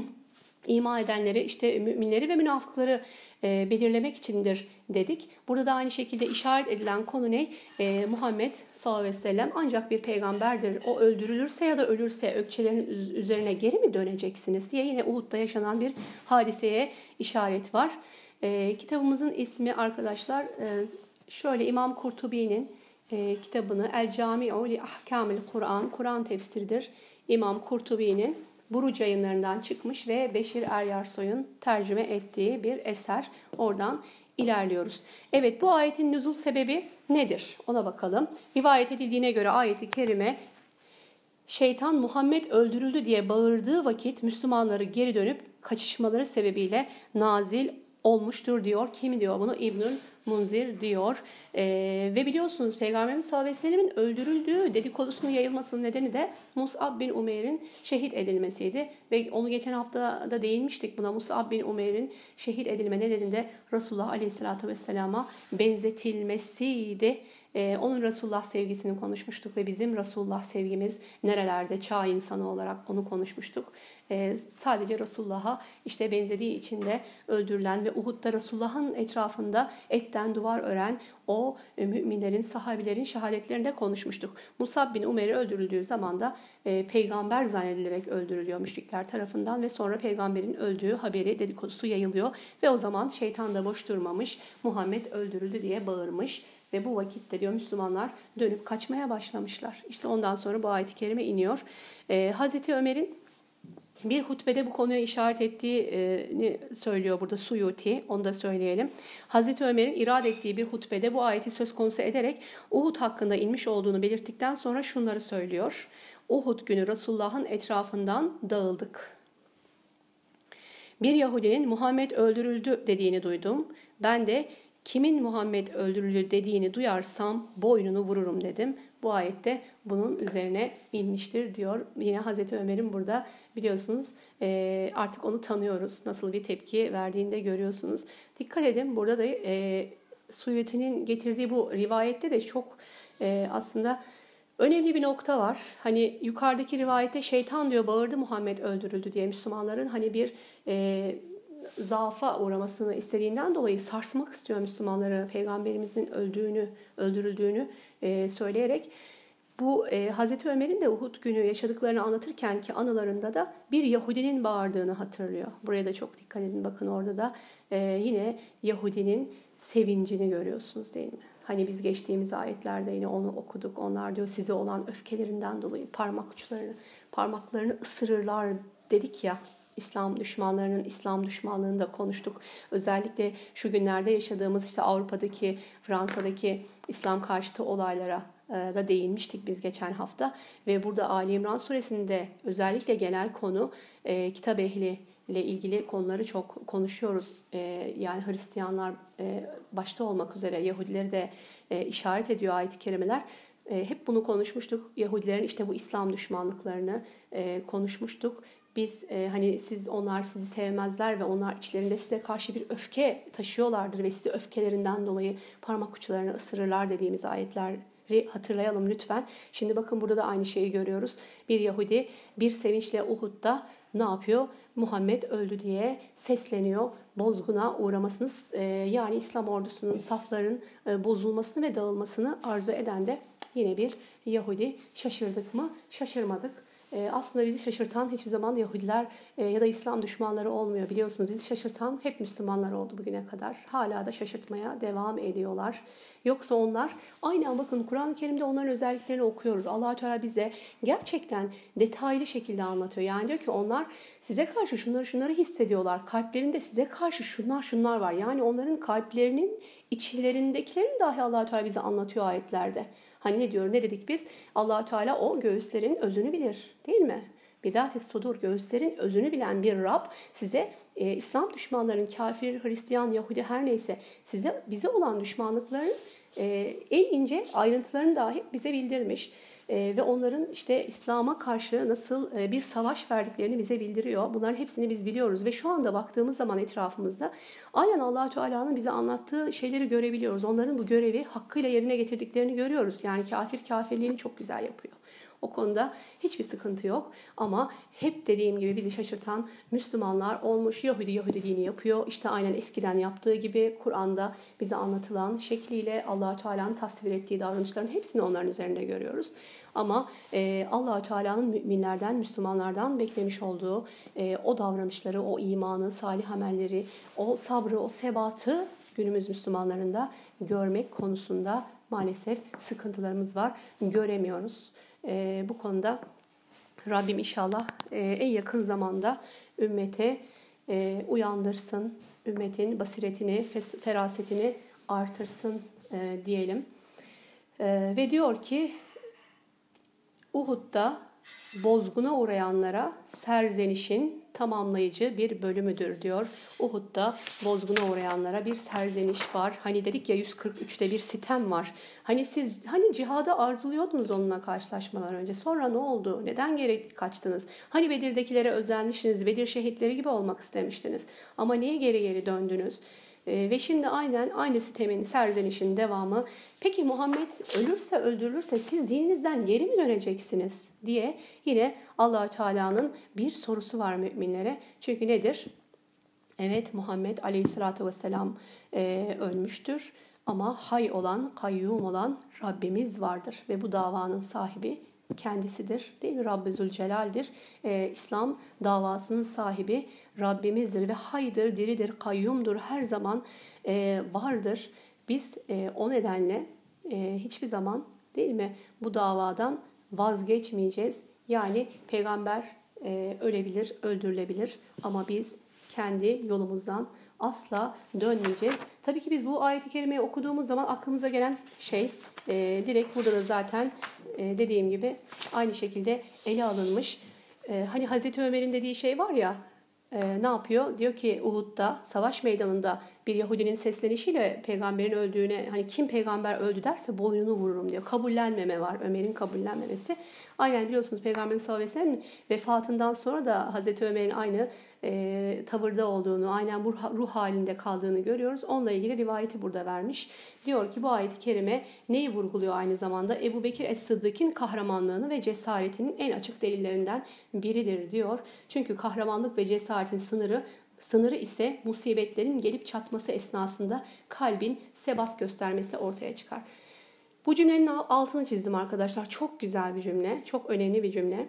iman edenleri, işte müminleri ve münafıkları belirlemek içindir dedik. Burada da aynı şekilde işaret edilen konu ne? Muhammed sallallahu aleyhi ve sellem ancak bir peygamberdir. O öldürülürse ya da ölürse ökçelerin üzerine geri mi döneceksiniz diye yine Uhud'da yaşanan bir hadiseye işaret var. Kitabımızın ismi arkadaşlar şöyle İmam Kurtubi'nin kitabını El Cami'u li Ahkamil Kur'an, Kur'an tefsiridir. İmam Kurtubi'nin Buruc yayınlarından çıkmış ve Beşir Eryarsoy'un tercüme ettiği bir eser. Oradan ilerliyoruz. Evet, bu ayetin nüzul sebebi nedir? Ona bakalım. Rivayet edildiğine göre ayeti kerime şeytan Muhammed öldürüldü diye bağırdığı vakit Müslümanları geri dönüp kaçışmaları sebebiyle nazil olmuştur diyor. Kim diyor bunu? İbnül Munzir diyor. Ve biliyorsunuz Peygamberimiz sallallahu aleyhi ve sellemin öldürüldüğü dedikodusunun yayılmasının nedeni de Mus'ab bin Umeyr'in şehit edilmesiydi. Ve onu geçen hafta da değinmiştik buna. Mus'ab bin Umeyr'in şehit edilme nedeninde Resulullah aleyhissalatü vesselama benzetilmesiydi. Onun Resulullah sevgisini konuşmuştuk ve bizim Resulullah sevgimiz nerelerde çağ insanı olarak onu konuşmuştuk. Sadece Resulullah'a işte benzediği için de öldürülen ve Uhud'da Resulullah'ın etrafında etten duvar ören o müminlerin, sahabilerin şehadetlerinde konuşmuştuk. Musab bin Umer'i öldürüldüğü zaman da peygamber zannedilerek öldürülüyor müşrikler tarafından ve sonra peygamberin öldüğü haberi dedikodusu yayılıyor ve o zaman şeytan da boş durmamış, Muhammed öldürüldü diye bağırmış. Ve bu vakitte diyor Müslümanlar dönüp kaçmaya başlamışlar. İşte ondan sonra bu ayet-i kerime iniyor. Hazreti Ömer'in bir hutbede bu konuya işaret ettiğini söylüyor burada Suyuti. Onu da söyleyelim. Hazreti Ömer'in irade ettiği bir hutbede bu ayeti söz konusu ederek Uhud hakkında inmiş olduğunu belirttikten sonra şunları söylüyor. Uhud günü Resulullah'ın etrafından dağıldık. Bir Yahudinin Muhammed öldürüldü dediğini duydum. Ben de kimin Muhammed öldürüldü dediğini duyarsam boynunu vururum dedim. Bu ayette bunun üzerine inmiştir diyor. Yine Hazreti Ömer'in burada biliyorsunuz artık onu tanıyoruz. Nasıl bir tepki verdiğini de görüyorsunuz. Dikkat edin burada da Suyuti'nin getirdiği bu rivayette de çok aslında önemli bir nokta var. Hani yukarıdaki rivayette şeytan diyor bağırdı Muhammed öldürüldü diye Müslümanların hani bir zaafa uğramasını istediğinden dolayı sarsmak istiyor Müslümanları peygamberimizin öldürüldüğünü söyleyerek bu Hazreti Ömer'in de Uhud günü yaşadıklarını anlatırken ki anılarında da bir Yahudinin bağırdığını hatırlıyor. Buraya da çok dikkat edin bakın orada da yine Yahudinin sevincini görüyorsunuz değil mi? Hani biz geçtiğimiz ayetlerde yine onu okuduk. Onlar diyor size olan öfkelerinden dolayı parmaklarını ısırırlar dedik ya. İslam düşmanlarının İslam düşmanlığını da konuştuk. Özellikle şu günlerde yaşadığımız işte Avrupa'daki, Fransa'daki İslam karşıtı olaylara da değinmiştik biz geçen hafta. Ve burada Ali İmran suresinde özellikle genel konu kitap ehli ile ilgili konuları çok konuşuyoruz. Yani Hristiyanlar başta olmak üzere Yahudileri de işaret ediyor ayet-i kerimeler. Hep bunu konuşmuştuk. Yahudilerin işte bu İslam düşmanlıklarını konuşmuştuk. Biz hani onlar sizi sevmezler ve onlar içlerinde size karşı bir öfke taşıyorlardır ve sizi öfkelerinden dolayı parmak uçlarını ısırırlar dediğimiz ayetleri hatırlayalım lütfen. Şimdi bakın burada da aynı şeyi görüyoruz. Bir Yahudi bir sevinçle Uhud'da ne yapıyor? Muhammed öldü diye sesleniyor. Bozguna uğramasını yani İslam ordusunun safların bozulmasını ve dağılmasını arzu eden de yine bir Yahudi. Şaşırdık mı? Şaşırmadık. Aslında bizi şaşırtan hiçbir zaman Yahudiler ya da İslam düşmanları olmuyor, biliyorsunuz. Bizi şaşırtan hep Müslümanlar oldu bugüne kadar. Hala da şaşırtmaya devam ediyorlar. Yoksa onlar, aynen bakın Kur'an-ı Kerim'de onların özelliklerini okuyoruz. Allah-u Teala bize gerçekten detaylı şekilde anlatıyor. Yani diyor ki onlar size karşı şunları hissediyorlar. Kalplerinde size karşı şunlar var. Yani onların kalplerinin içlerindekilerini dahi Allah-u Teala bize anlatıyor ayetlerde. Hani ne diyor, ne dedik biz? Allah-u Teala o göğüslerin özünü bilir, değil mi? Bidat-ı sudur, göğüslerin özünü bilen bir Rab size İslam düşmanlarının, kafir, Hristiyan, Yahudi her neyse bize olan düşmanlıkların en ince ayrıntılarını dahi bize bildirmiş. Ve onların işte İslam'a karşı nasıl bir savaş verdiklerini bize bildiriyor. Bunların hepsini biz biliyoruz ve şu anda baktığımız zaman etrafımızda aynen Allah-u Teala'nın bize anlattığı şeyleri görebiliyoruz. Onların bu görevi hakkıyla yerine getirdiklerini görüyoruz. Yani kafir kafirliğini çok güzel yapıyor. O konuda hiçbir sıkıntı yok ama hep dediğim gibi bizi şaşırtan Müslümanlar olmuş. Yahudiliğini yapıyor. İşte aynen eskiden yaptığı gibi Kur'an'da bize anlatılan şekliyle Allah-u Teala'nın tasvir ettiği davranışların hepsini onların üzerinde görüyoruz. Ama Allah-u Teala'nın müminlerden, Müslümanlardan beklemiş olduğu o davranışları, o imanı, salih amelleri, o sabrı, o sebatı günümüz Müslümanlarında görmek konusunda maalesef sıkıntılarımız var. Göremiyoruz. Bu konuda Rabbim inşallah en yakın zamanda ümmete uyandırsın, ümmetin basiretini, ferasetini artırsın diyelim. Ve diyor ki Uhud'da bozguna uğrayanlara serzenişin tamamlayıcı bir bölümüdür diyor. Uhud'da bozguna uğrayanlara bir serzeniş var. Hani dedik ya 143'te bir sitem var. Hani siz cihada arzuluyordunuz onunla karşılaşmadan önce. Sonra ne oldu? Neden geri kaçtınız? Hani Bedir'dekilere özenmişsiniz. Bedir şehitleri gibi olmak istemiştiniz. Ama niye geri döndünüz? Ve şimdi aynen aynı sitemin, serzenişin devamı. Peki Muhammed ölürse, öldürülürse siz dininizden geri mi döneceksiniz diye yine Allah-u Teala'nın bir sorusu var müminlere. Çünkü nedir? Evet, Muhammed Aleyhisselatü Vesselam ölmüştür ama hay olan, kayyum olan Rabbimiz vardır ve bu davanın sahibi kendisidir, değil mi? Rabbi Zülcelal'dir. İslam davasının sahibi Rabbimizdir ve haydır, diridir, kayyumdur, her zaman vardır. Biz o nedenle hiçbir zaman, değil mi, bu davadan vazgeçmeyeceğiz. Yani peygamber ölebilir, öldürülebilir ama biz kendi yolumuzdan asla dönmeyeceğiz. Tabii ki biz bu ayet-i kerimeyi okuduğumuz zaman aklımıza gelen şey direkt burada da zaten dediğim gibi aynı şekilde ele alınmış. Hani Hazreti Ömer'in dediği şey var ya, ne yapıyor? Diyor ki Uhud'da, savaş meydanında bir Yahudinin seslenişiyle peygamberin öldüğüne, hani kim peygamber öldü derse boynunu vururum diyor. Kabullenmeme var, Ömer'in kabullenmemesi. Aynen biliyorsunuz Peygamberimiz sallallahu aleyhi ve sellem'in vefatından sonra da Hazreti Ömer'in aynı tavırda olduğunu, aynen bu ruh halinde kaldığını görüyoruz. Onunla ilgili rivayeti burada vermiş. Diyor ki bu ayet-i kerime neyi vurguluyor aynı zamanda? Ebu Bekir Es-Sıddık'ın kahramanlığını ve cesaretinin en açık delillerinden biridir diyor. Çünkü kahramanlık ve cesaretin sınırı ise musibetlerin gelip çatması esnasında kalbin sebat göstermesi ortaya çıkar. Bu cümlenin altını çizdim arkadaşlar. Çok güzel bir cümle, çok önemli bir cümle.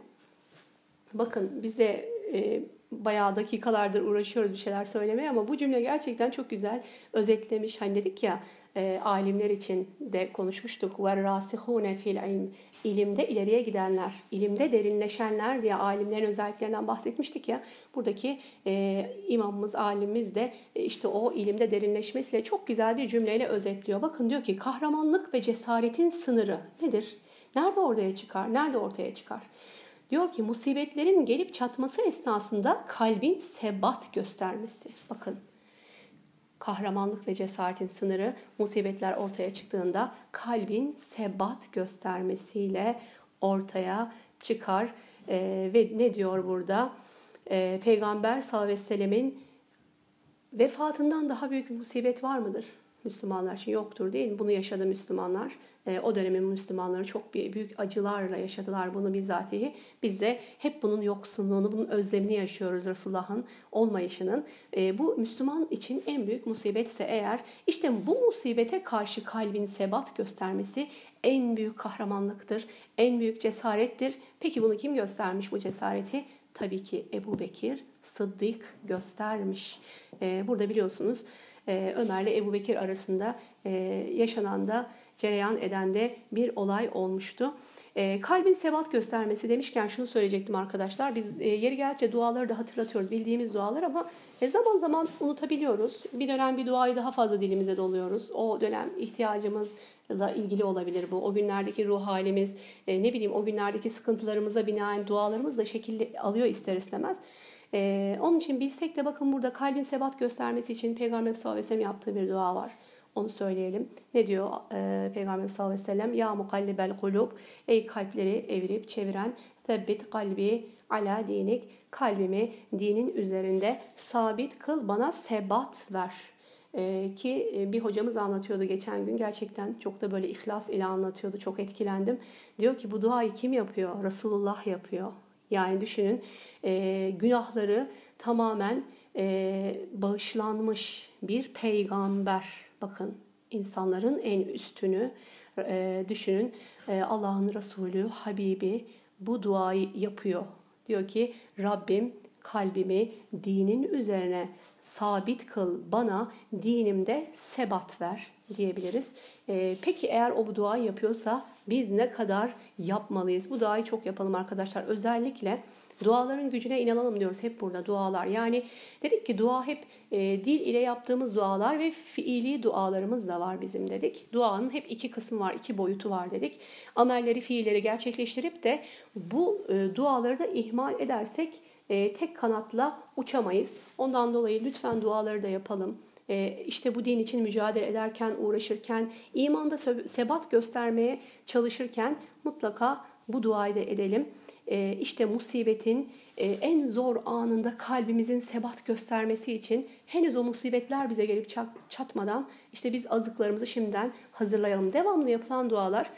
Bakın biz de bayağı dakikalardır uğraşıyoruz bir şeyler söylemeye ama bu cümle gerçekten çok güzel özetlemiş. Hani dedik ya alimler için de konuşmuştuk. وَالرَّاسِخُونَ فِي الْعِلْمِ İlimde ileriye gidenler, ilimde derinleşenler diye alimlerin özelliklerinden bahsetmiştik ya. Buradaki imamımız, alimimiz de işte o ilimde derinleşmesiyle çok güzel bir cümleyle özetliyor. Bakın diyor ki kahramanlık ve cesaretin sınırı nedir? Nerede ortaya çıkar? Nerede ortaya çıkar? Diyor ki musibetlerin gelip çatması esnasında kalbin sebat göstermesi. Bakın kahramanlık ve cesaretin sınırı musibetler ortaya çıktığında kalbin sebat göstermesiyle ortaya çıkar. Ve ne diyor burada? Peygamber sallallahu aleyhi ve sellemin vefatından daha büyük bir musibet var mıdır? Müslümanlar için yoktur değil mi? Bunu yaşadı Müslümanlar. O dönemin Müslümanları çok büyük acılarla yaşadılar bunu bizatihi. Biz de hep bunun yoksunluğunu, bunun özlemini yaşıyoruz Resulullah'ın olmayışının. Bu Müslüman için en büyük musibetse eğer, işte bu musibete karşı kalbin sebat göstermesi en büyük kahramanlıktır, en büyük cesarettir. Peki bunu kim göstermiş bu cesareti? Tabii ki Ebu Bekir Sıddık göstermiş. Burada biliyorsunuz Ömer'le Ebu Bekir arasında yaşanan da cereyan eden de bir olay olmuştu. Kalbin sebat göstermesi demişken şunu söyleyecektim arkadaşlar. Biz yeri geldikçe duaları da hatırlatıyoruz. Bildiğimiz dualar ama zaman zaman unutabiliyoruz. Bir dönem bir duayı daha fazla dilimize doluyoruz. O dönem ihtiyacımızla ilgili olabilir bu. O günlerdeki ruh halimiz, o günlerdeki sıkıntılarımıza binaen dualarımız da şekil alıyor ister istemez. Onun için bilsek de bakın burada kalbin sebat göstermesi için Peygamber sallallahu aleyhi ve sellem yaptığı bir dua var. Onu söyleyelim. Ne diyor Peygamber sallallahu aleyhi ve sellem? Ya mukallibel kulub, ey kalpleri evirip çeviren, sebbit kalbi ala dinik, kalbimi dinin üzerinde sabit kıl, bana sebat ver. Ki bir hocamız anlatıyordu geçen gün, gerçekten çok da böyle ihlas ile anlatıyordu, çok etkilendim. Diyor ki bu duayı kim yapıyor? Resulullah yapıyor. Yani düşünün, günahları tamamen bağışlanmış bir peygamber. Bakın, insanların en üstünü düşünün, Allah'ın Resulü, Habibi bu duayı yapıyor. Diyor ki Rabbim kalbimi dinin üzerine sabit kıl, bana dinimde sebat ver diyebiliriz. Peki eğer o bu duayı yapıyorsa biz ne kadar yapmalıyız? Bu duayı çok yapalım arkadaşlar. Özellikle duaların gücüne inanalım diyoruz hep burada, dualar. Yani dedik ki dua hep dil ile yaptığımız dualar ve fiili dualarımız da var bizim dedik. Duanın hep iki kısmı var, iki boyutu var dedik. Amelleri, fiilleri gerçekleştirip de bu duaları da ihmal edersek tek kanatla uçamayız. Ondan dolayı lütfen duaları da yapalım. İşte bu din için mücadele ederken, uğraşırken, imanda sebat göstermeye çalışırken mutlaka bu duayı da edelim. İşte musibetin en zor anında kalbimizin sebat göstermesi için henüz o musibetler bize gelip çatmadan işte biz azıklarımızı şimdiden hazırlayalım. Devamlı yapılan dualar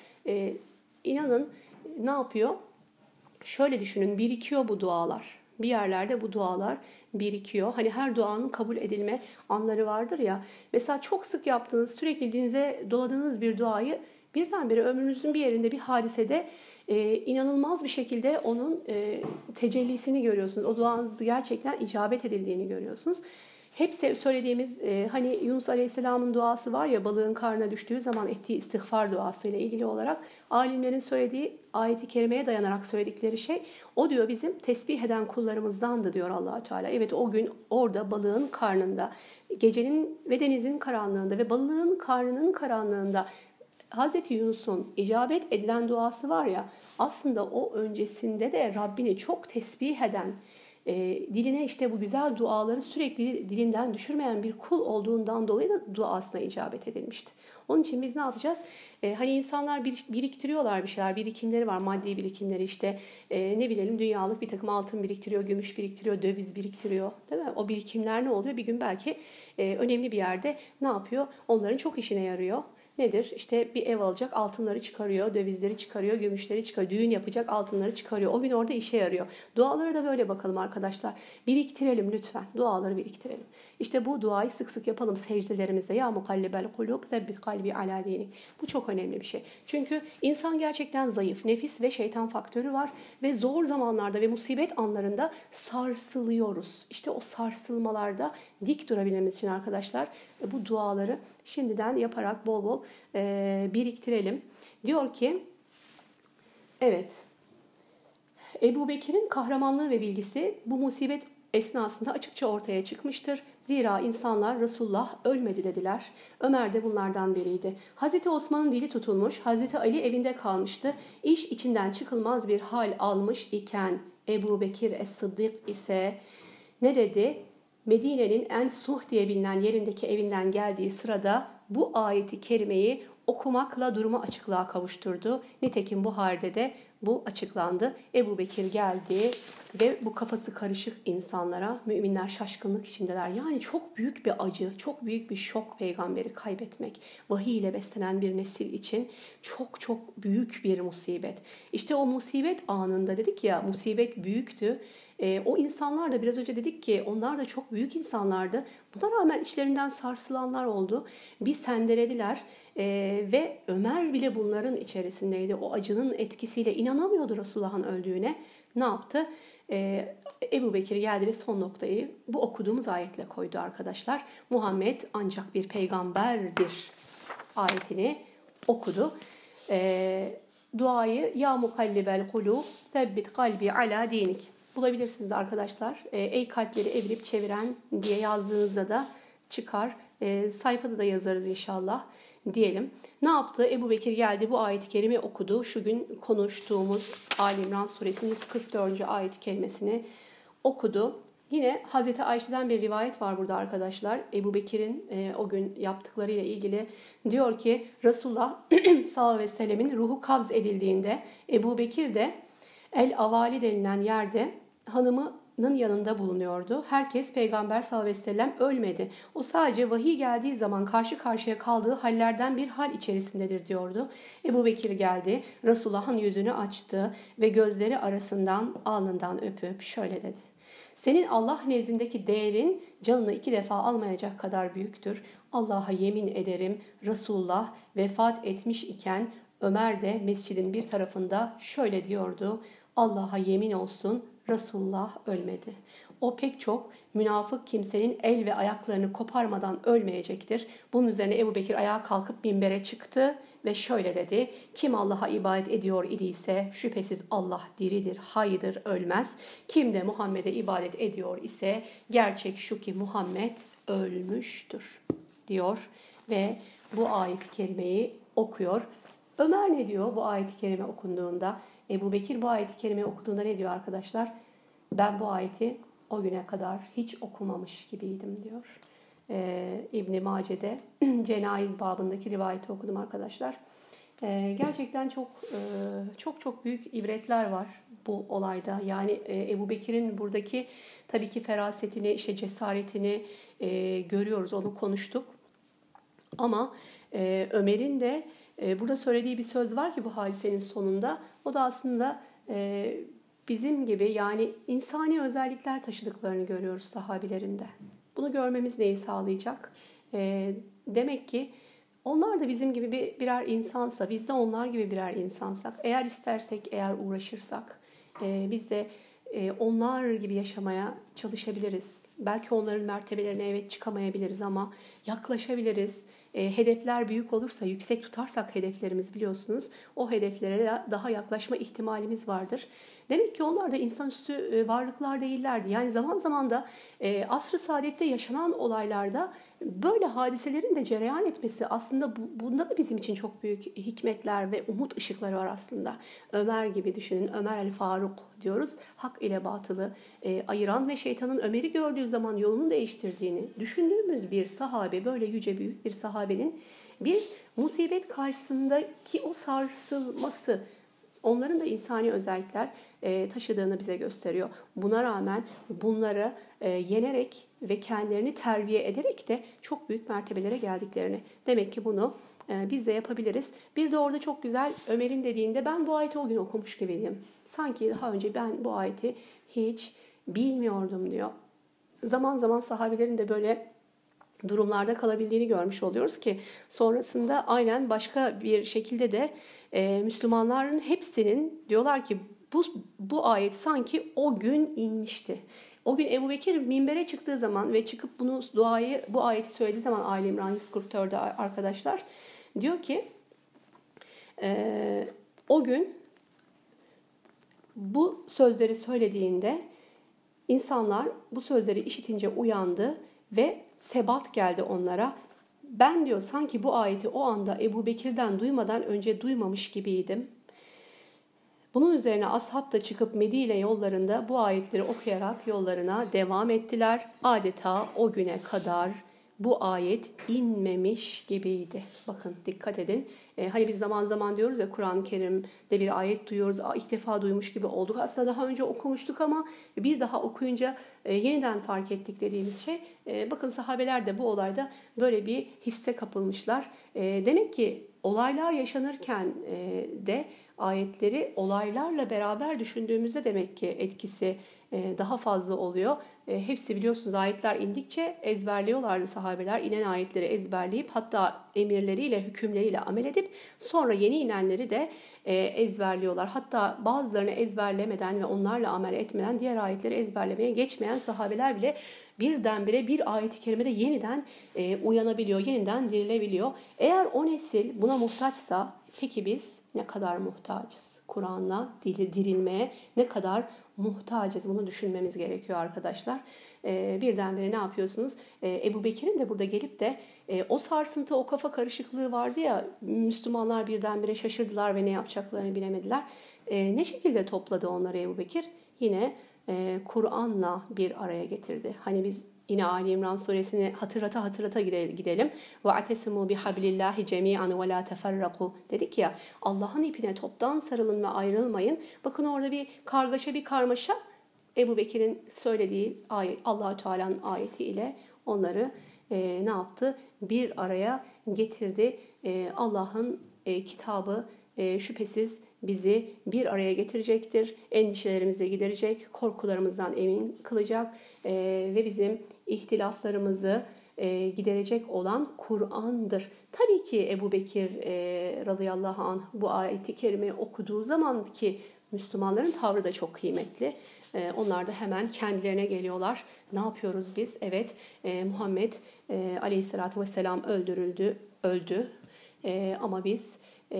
inanın ne yapıyor? Şöyle düşünün, birikiyor bu dualar. Bir yerlerde bu dualar birikiyor. Hani her duanın kabul edilme anları vardır ya. Mesela çok sık yaptığınız, sürekli dilinize doladığınız bir duayı birdenbire ömrünüzün bir yerinde, bir hadisede inanılmaz bir şekilde onun tecellisini görüyorsunuz. O duanızı gerçekten icabet edildiğini görüyorsunuz. Hep söylediğimiz hani Yunus Aleyhisselam'ın duası var ya, balığın karnına düştüğü zaman ettiği istiğfar duasıyla ilgili olarak alimlerin söylediği, ayeti kerimeye dayanarak söyledikleri şey, o diyor bizim tesbih eden kullarımızdandı diyor Allah-u Teala. Evet, o gün orada balığın karnında, gecenin ve denizin karanlığında ve balığın karnının karanlığında Hazreti Yunus'un icabet edilen duası var ya, aslında o öncesinde de Rabbini çok tesbih eden, diline işte bu güzel duaları sürekli dilinden düşürmeyen bir kul olduğundan dolayı da duasına icabet edilmişti. Onun için biz ne yapacağız? Hani insanlar biriktiriyorlar bir şeyler, birikimleri var, maddi birikimleri, işte ne bilelim, dünyalık bir takım altın biriktiriyor, gümüş biriktiriyor, döviz biriktiriyor, değil mi? O birikimler ne oluyor? Bir gün belki önemli bir yerde ne yapıyor? Onların çok işine yarıyor. Nedir? İşte bir ev alacak, altınları çıkarıyor, dövizleri çıkarıyor, gümüşleri çıkarıyor, düğün yapacak, altınları çıkarıyor. O gün orada işe yarıyor. Dualara da böyle bakalım arkadaşlar. Biriktirelim lütfen. Duaları biriktirelim. İşte bu duayı sık sık yapalım secdelerimizde. Ya mukallibel kulub, sebbit kalbi ala dinik. Bu çok önemli bir şey. Çünkü insan gerçekten zayıf. Nefis ve şeytan faktörü var. Ve zor zamanlarda ve musibet anlarında sarsılıyoruz. İşte o sarsılmalarda dik durabilmemiz için arkadaşlar bu duaları şimdiden yaparak bol bol biriktirelim. Diyor ki, evet, Ebu Bekir'in kahramanlığı ve bilgisi bu musibet esnasında açıkça ortaya çıkmıştır. Zira insanlar Resulullah ölmedi dediler. Ömer de bunlardan biriydi. Hazreti Osman'ın dili tutulmuş, Hazreti Ali evinde kalmıştı. İş içinden çıkılmaz bir hal almış iken Ebu Bekir Es-Sıddık ise ne dedi? Medine'nin en Suh diye bilinen yerindeki evinden geldiği sırada bu ayeti kerimeyi okumakla durumu açıklığa kavuşturdu. Nitekim Buhari'de de bu açıklandı. Ebu Bekir geldi ve bu kafası karışık insanlara, müminler şaşkınlık içindeler. Yani çok büyük bir acı, çok büyük bir şok peygamberi kaybetmek. Vahiy ile beslenen bir nesil için çok çok büyük bir musibet. İşte o musibet anında dedik ya, musibet büyüktü. O insanlar da biraz önce dedik ki onlar da çok büyük insanlardı. Buna rağmen içlerinden sarsılanlar oldu. Bir sendelediler ve Ömer bile bunların içerisindeydi. O acının etkisiyle inanamıyordu Resulullah'ın öldüğüne. Ne yaptı? Ebu Bekir geldi ve son noktayı bu okuduğumuz ayetle koydu arkadaşlar. Muhammed ancak bir peygamberdir ayetini okudu. Duayı ya mukallibel kulub sebbit kalbi ala dinik bulabilirsiniz arkadaşlar. Ey kalpleri evirip çeviren diye yazdığınızda da çıkar. Sayfada da yazarız inşallah diyelim. Ne yaptı? Ebu Bekir geldi bu ayet-i kerime okudu. Şu gün konuştuğumuz Ali İmran suresinin 144. ayet-i kerimesini okudu. Yine Hazreti Ayşe'den bir rivayet var burada arkadaşlar. Ebu Bekir'in o gün yaptıklarıyla ilgili diyor ki Resulullah sallallahu aleyhi ve sellemin ruhu kabz edildiğinde Ebu Bekir de El Avali denilen yerde hanımının yanında bulunuyordu. Herkes Peygamber sallallahu aleyhi ve sellem ölmedi. O sadece vahiy geldiği zaman karşı karşıya kaldığı hallerden bir hal içerisindedir diyordu. Ebu Bekir geldi, Resulullah'ın yüzünü açtı ve gözleri arasından alnından öpüp şöyle dedi. Senin Allah nezdindeki değerin canını 2 defa almayacak kadar büyüktür. Allah'a yemin ederim Resulullah vefat etmiş iken Ömer de mescidin bir tarafında şöyle diyordu. Allah'a yemin olsun Resulullah ölmedi. O pek çok münafık kimsenin el ve ayaklarını koparmadan ölmeyecektir. Bunun üzerine Ebu Bekir ayağa kalkıp minbere çıktı ve şöyle dedi. Kim Allah'a ibadet ediyor idiyse şüphesiz Allah diridir, haydır, ölmez. Kim de Muhammed'e ibadet ediyor ise gerçek şu ki Muhammed ölmüştür diyor ve bu ayet-i kerimeyi okuyor. Ömer ne diyor bu ayet-i kerime okunduğunda? Ebu Bekir bu ayet-i kerime okuduğunda ne diyor arkadaşlar? Ben bu ayeti o güne kadar hiç okumamış gibiydim diyor. İbn-i Mace'de cenayiz babındaki rivayeti okudum arkadaşlar. Gerçekten çok büyük ibretler var bu olayda. Yani Ebu Bekir'in buradaki tabii ki ferasetini, işte cesaretini görüyoruz, onu konuştuk. Ama Ömer'in de burada söylediği bir söz var ki bu hadisenin sonunda. O da aslında bizim gibi yani insani özellikler taşıdıklarını görüyoruz sahabilerinde. Bunu görmemiz neyi sağlayacak? Demek ki onlar da bizim gibi birer insansa, biz de onlar gibi birer insansak, eğer istersek, eğer uğraşırsak, biz de onlar gibi yaşamaya çalışabiliriz. Belki onların mertebelerine evet çıkamayabiliriz ama yaklaşabiliriz. Hedefler büyük olursa, yüksek tutarsak hedeflerimiz biliyorsunuz, o hedeflere daha yaklaşma ihtimalimiz vardır. Demek ki onlar da insanüstü varlıklar değillerdi. Yani zaman zaman da asr-ı saadette yaşanan olaylarda böyle hadiselerin de cereyan etmesi aslında bunda da bizim için çok büyük hikmetler ve umut ışıkları var aslında. Ömer gibi düşünün. Ömer el-Faruk diyoruz. Hak ile batılı ayıran ve şeytanın Ömer'i gördüğü zaman yolunu değiştirdiğini düşündüğümüz bir sahabe, böyle yüce büyük bir sahabenin bir musibet karşısındaki o sarsılması, onların da insani özellikler taşıdığını bize gösteriyor. Buna rağmen bunları yenerek ve kendilerini terbiye ederek de çok büyük mertebelere geldiklerini. Demek ki bunu biz de yapabiliriz. Bir de orada çok güzel Ömer'in dediğinde ben bu ayeti o gün okumuş gibiydim. Sanki daha önce ben bu ayeti hiç bilmiyordum diyor. Zaman zaman sahabelerin de böyle durumlarda kalabildiğini görmüş oluyoruz ki sonrasında aynen başka bir şekilde de Müslümanların hepsinin diyorlar ki bu ayet sanki o gün inmişti. O gün Ebu Bekir minbere çıktığı zaman ve çıkıp bu ayeti söylediği zaman Ali İmran 144'de arkadaşlar diyor ki o gün bu sözleri söylediğinde insanlar bu sözleri işitince uyandı ve sebat geldi onlara. Ben diyor sanki bu ayeti o anda Ebu Bekir'den duymadan önce duymamış gibiydim. Bunun üzerine ashab da çıkıp Medine yollarında bu ayetleri okuyarak yollarına devam ettiler. Adeta o güne kadar bu ayet inmemiş gibiydi. Bakın dikkat edin. Hani biz zaman zaman diyoruz ya, Kur'an-ı Kerim'de bir ayet duyuyoruz. İlk defa duymuş gibi olduk. Aslında daha önce okumuştuk ama bir daha okuyunca yeniden fark ettik dediğimiz şey. Bakın sahabeler de bu olayda böyle bir hisse kapılmışlar. Demek ki olaylar yaşanırken de ayetleri olaylarla beraber düşündüğümüzde demek ki etkisi daha fazla oluyor. Hepsi biliyorsunuz ayetler indikçe ezberliyorlardı sahabeler. İnen ayetleri ezberleyip hatta emirleriyle, hükümleriyle amel edip sonra yeni inenleri de ezberliyorlar. Hatta bazılarını ezberlemeden ve onlarla amel etmeden diğer ayetleri ezberlemeye geçmeyen sahabeler bile birdenbire bir ayet-i kerimede yeniden uyanabiliyor, yeniden dirilebiliyor. Eğer o nesil buna muhtaçsa peki biz ne kadar muhtacız? Kur'an'la dirilmeye ne kadar muhtacız? Bunu düşünmemiz gerekiyor arkadaşlar. Birdenbire ne yapıyorsunuz? Ebu Bekir'in de burada gelip de o sarsıntı, o kafa karışıklığı vardı ya, Müslümanlar birdenbire şaşırdılar ve ne yapacaklarını bilemediler. Ne şekilde topladı onları Ebu Bekir? Yine Kur'an'la bir araya getirdi. Hani biz yine Ali İmran suresini hatırlata gidelim. وَاَعْتَسِمُوا بِحَبْلِ اللّٰهِ جَمِيعًا وَلَا تَفَرَّقُوا dedik ya, Allah'ın ipine toptan sarılın ve ayrılmayın. Bakın orada bir karmaşa Ebu Bekir'in söylediği ayet, Allah-u Teala'nın ayetiyle onları ne yaptı? Bir araya getirdi. Allah'ın kitabı şüphesiz bizi bir araya getirecektir. Endişelerimizi giderecek, korkularımızdan emin kılacak ve bizim ihtilaflarımızı giderecek olan Kur'an'dır. Tabii ki Ebu Bekir radıyallahu anh bu ayeti kerimeyi okuduğu zaman ki Müslümanların tavrı da çok kıymetli. Onlar da hemen kendilerine geliyorlar. Ne yapıyoruz biz? Evet, Muhammed aleyhissalatü vesselam öldü. Ama biz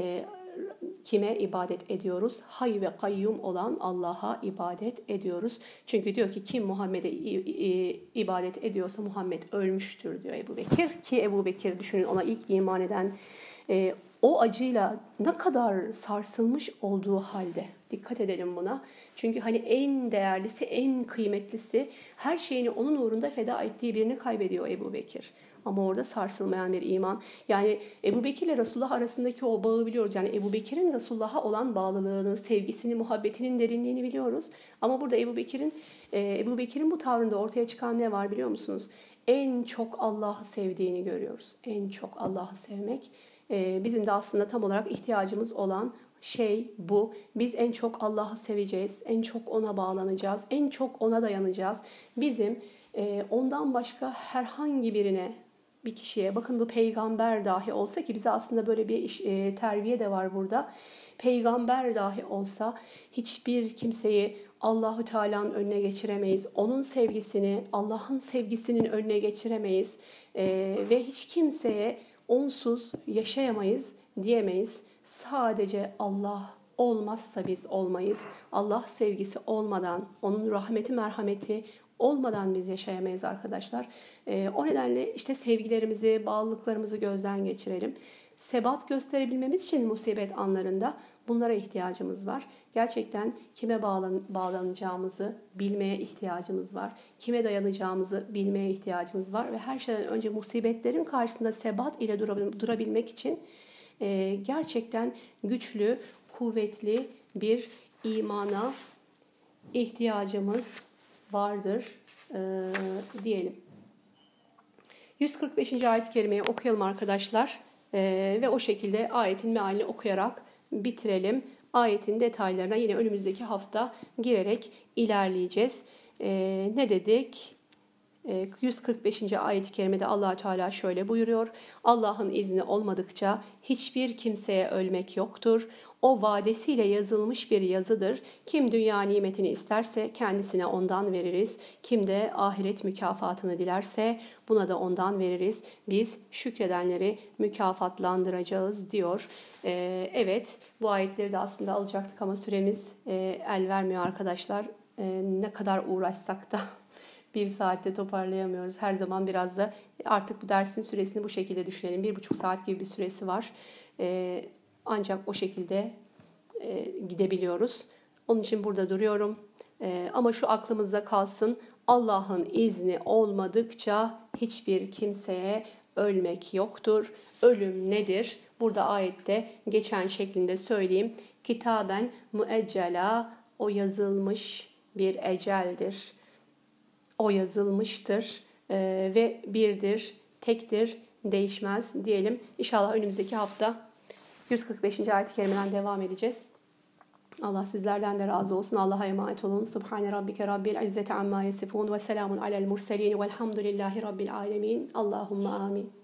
kime ibadet ediyoruz? Hayy ve kayyum olan Allah'a ibadet ediyoruz. Çünkü diyor ki kim Muhammed'e ibadet ediyorsa Muhammed ölmüştür diyor Ebu Bekir. Ki Ebu Bekir düşünün, ona ilk iman eden o acıyla ne kadar sarsılmış olduğu halde. Dikkat edelim buna. Çünkü hani en değerlisi, en kıymetlisi, her şeyini onun uğrunda feda ettiği birini kaybediyor Ebu Bekir. Ama orada sarsılmayan bir iman. Yani Ebu Bekir ile Resulullah arasındaki o bağı biliyoruz. Yani Ebu Bekir'in Resulullah'a olan bağlılığını, sevgisini, muhabbetinin derinliğini biliyoruz. Ama burada Ebu Bekir'in bu tavrında ortaya çıkan ne var biliyor musunuz? En çok Allah'ı sevdiğini görüyoruz. En çok Allah'ı sevmek. Bizim de aslında tam olarak ihtiyacımız olan şey bu. Biz en çok Allah'ı seveceğiz. En çok ona bağlanacağız. En çok ona dayanacağız. Bizim ondan başka herhangi bir kişiye, bakın bu peygamber dahi olsa, ki bize aslında böyle bir terbiye de var burada. Peygamber dahi olsa hiçbir kimseyi Allahu Teala'nın önüne geçiremeyiz. Onun sevgisini, Allah'ın sevgisinin önüne geçiremeyiz. Ve hiç kimseye onsuz yaşayamayız diyemeyiz. Sadece Allah olmazsa biz olmayız. Allah sevgisi olmadan, onun rahmeti, merhameti olmadan biz yaşayamayız arkadaşlar. O nedenle işte sevgilerimizi, bağlılıklarımızı gözden geçirelim. Sebat gösterebilmemiz için musibet anlarında bunlara ihtiyacımız var. Gerçekten kime bağlanacağımızı bilmeye ihtiyacımız var. Kime dayanacağımızı bilmeye ihtiyacımız var. Ve her şeyden önce musibetlerin karşısında sebat ile durabilmek için gerçekten güçlü, kuvvetli bir imana ihtiyacımız vardır diyelim. 145. ayet-i kerimeyi okuyalım arkadaşlar. Ve o şekilde ayetin mealini okuyarak bitirelim. Ayetin detaylarına yine önümüzdeki hafta girerek ilerleyeceğiz. Ne dedik? 145. ayet-i kerimede Allah Teala şöyle buyuruyor. Allah'ın izni olmadıkça hiçbir kimseye ölmek yoktur. O vadesiyle yazılmış bir yazıdır. Kim dünya nimetini isterse kendisine ondan veririz. Kim de ahiret mükafatını dilerse buna da ondan veririz. Biz şükredenleri mükafatlandıracağız diyor. Evet, bu ayetleri de aslında alacaktık ama süremiz el vermiyor arkadaşlar. Ne kadar uğraşsak da bir saatte toparlayamıyoruz. Her zaman biraz da artık bu dersin süresini bu şekilde düşünelim. 1,5 saat gibi bir süresi var. Ancak o şekilde gidebiliyoruz. Onun için burada duruyorum. Ama şu aklımızda kalsın. Allah'ın izni olmadıkça hiçbir kimseye ölmek yoktur. Ölüm nedir? burada ayette geçen şeklinde söyleyeyim. Kitaben müeccela, o yazılmış bir eceldir. O yazılmıştır ve birdir, tektir, değişmez diyelim. İnşallah önümüzdeki hafta 145. ayet-i kerimeden devam edeceğiz. Allah sizlerden de razı olsun. Allah'a emanet olun. Subhane rabbike rabbil izzeti amma yasifun ve selamun alel murselin velhamdülillahi rabbil alemin. Allahümme amin.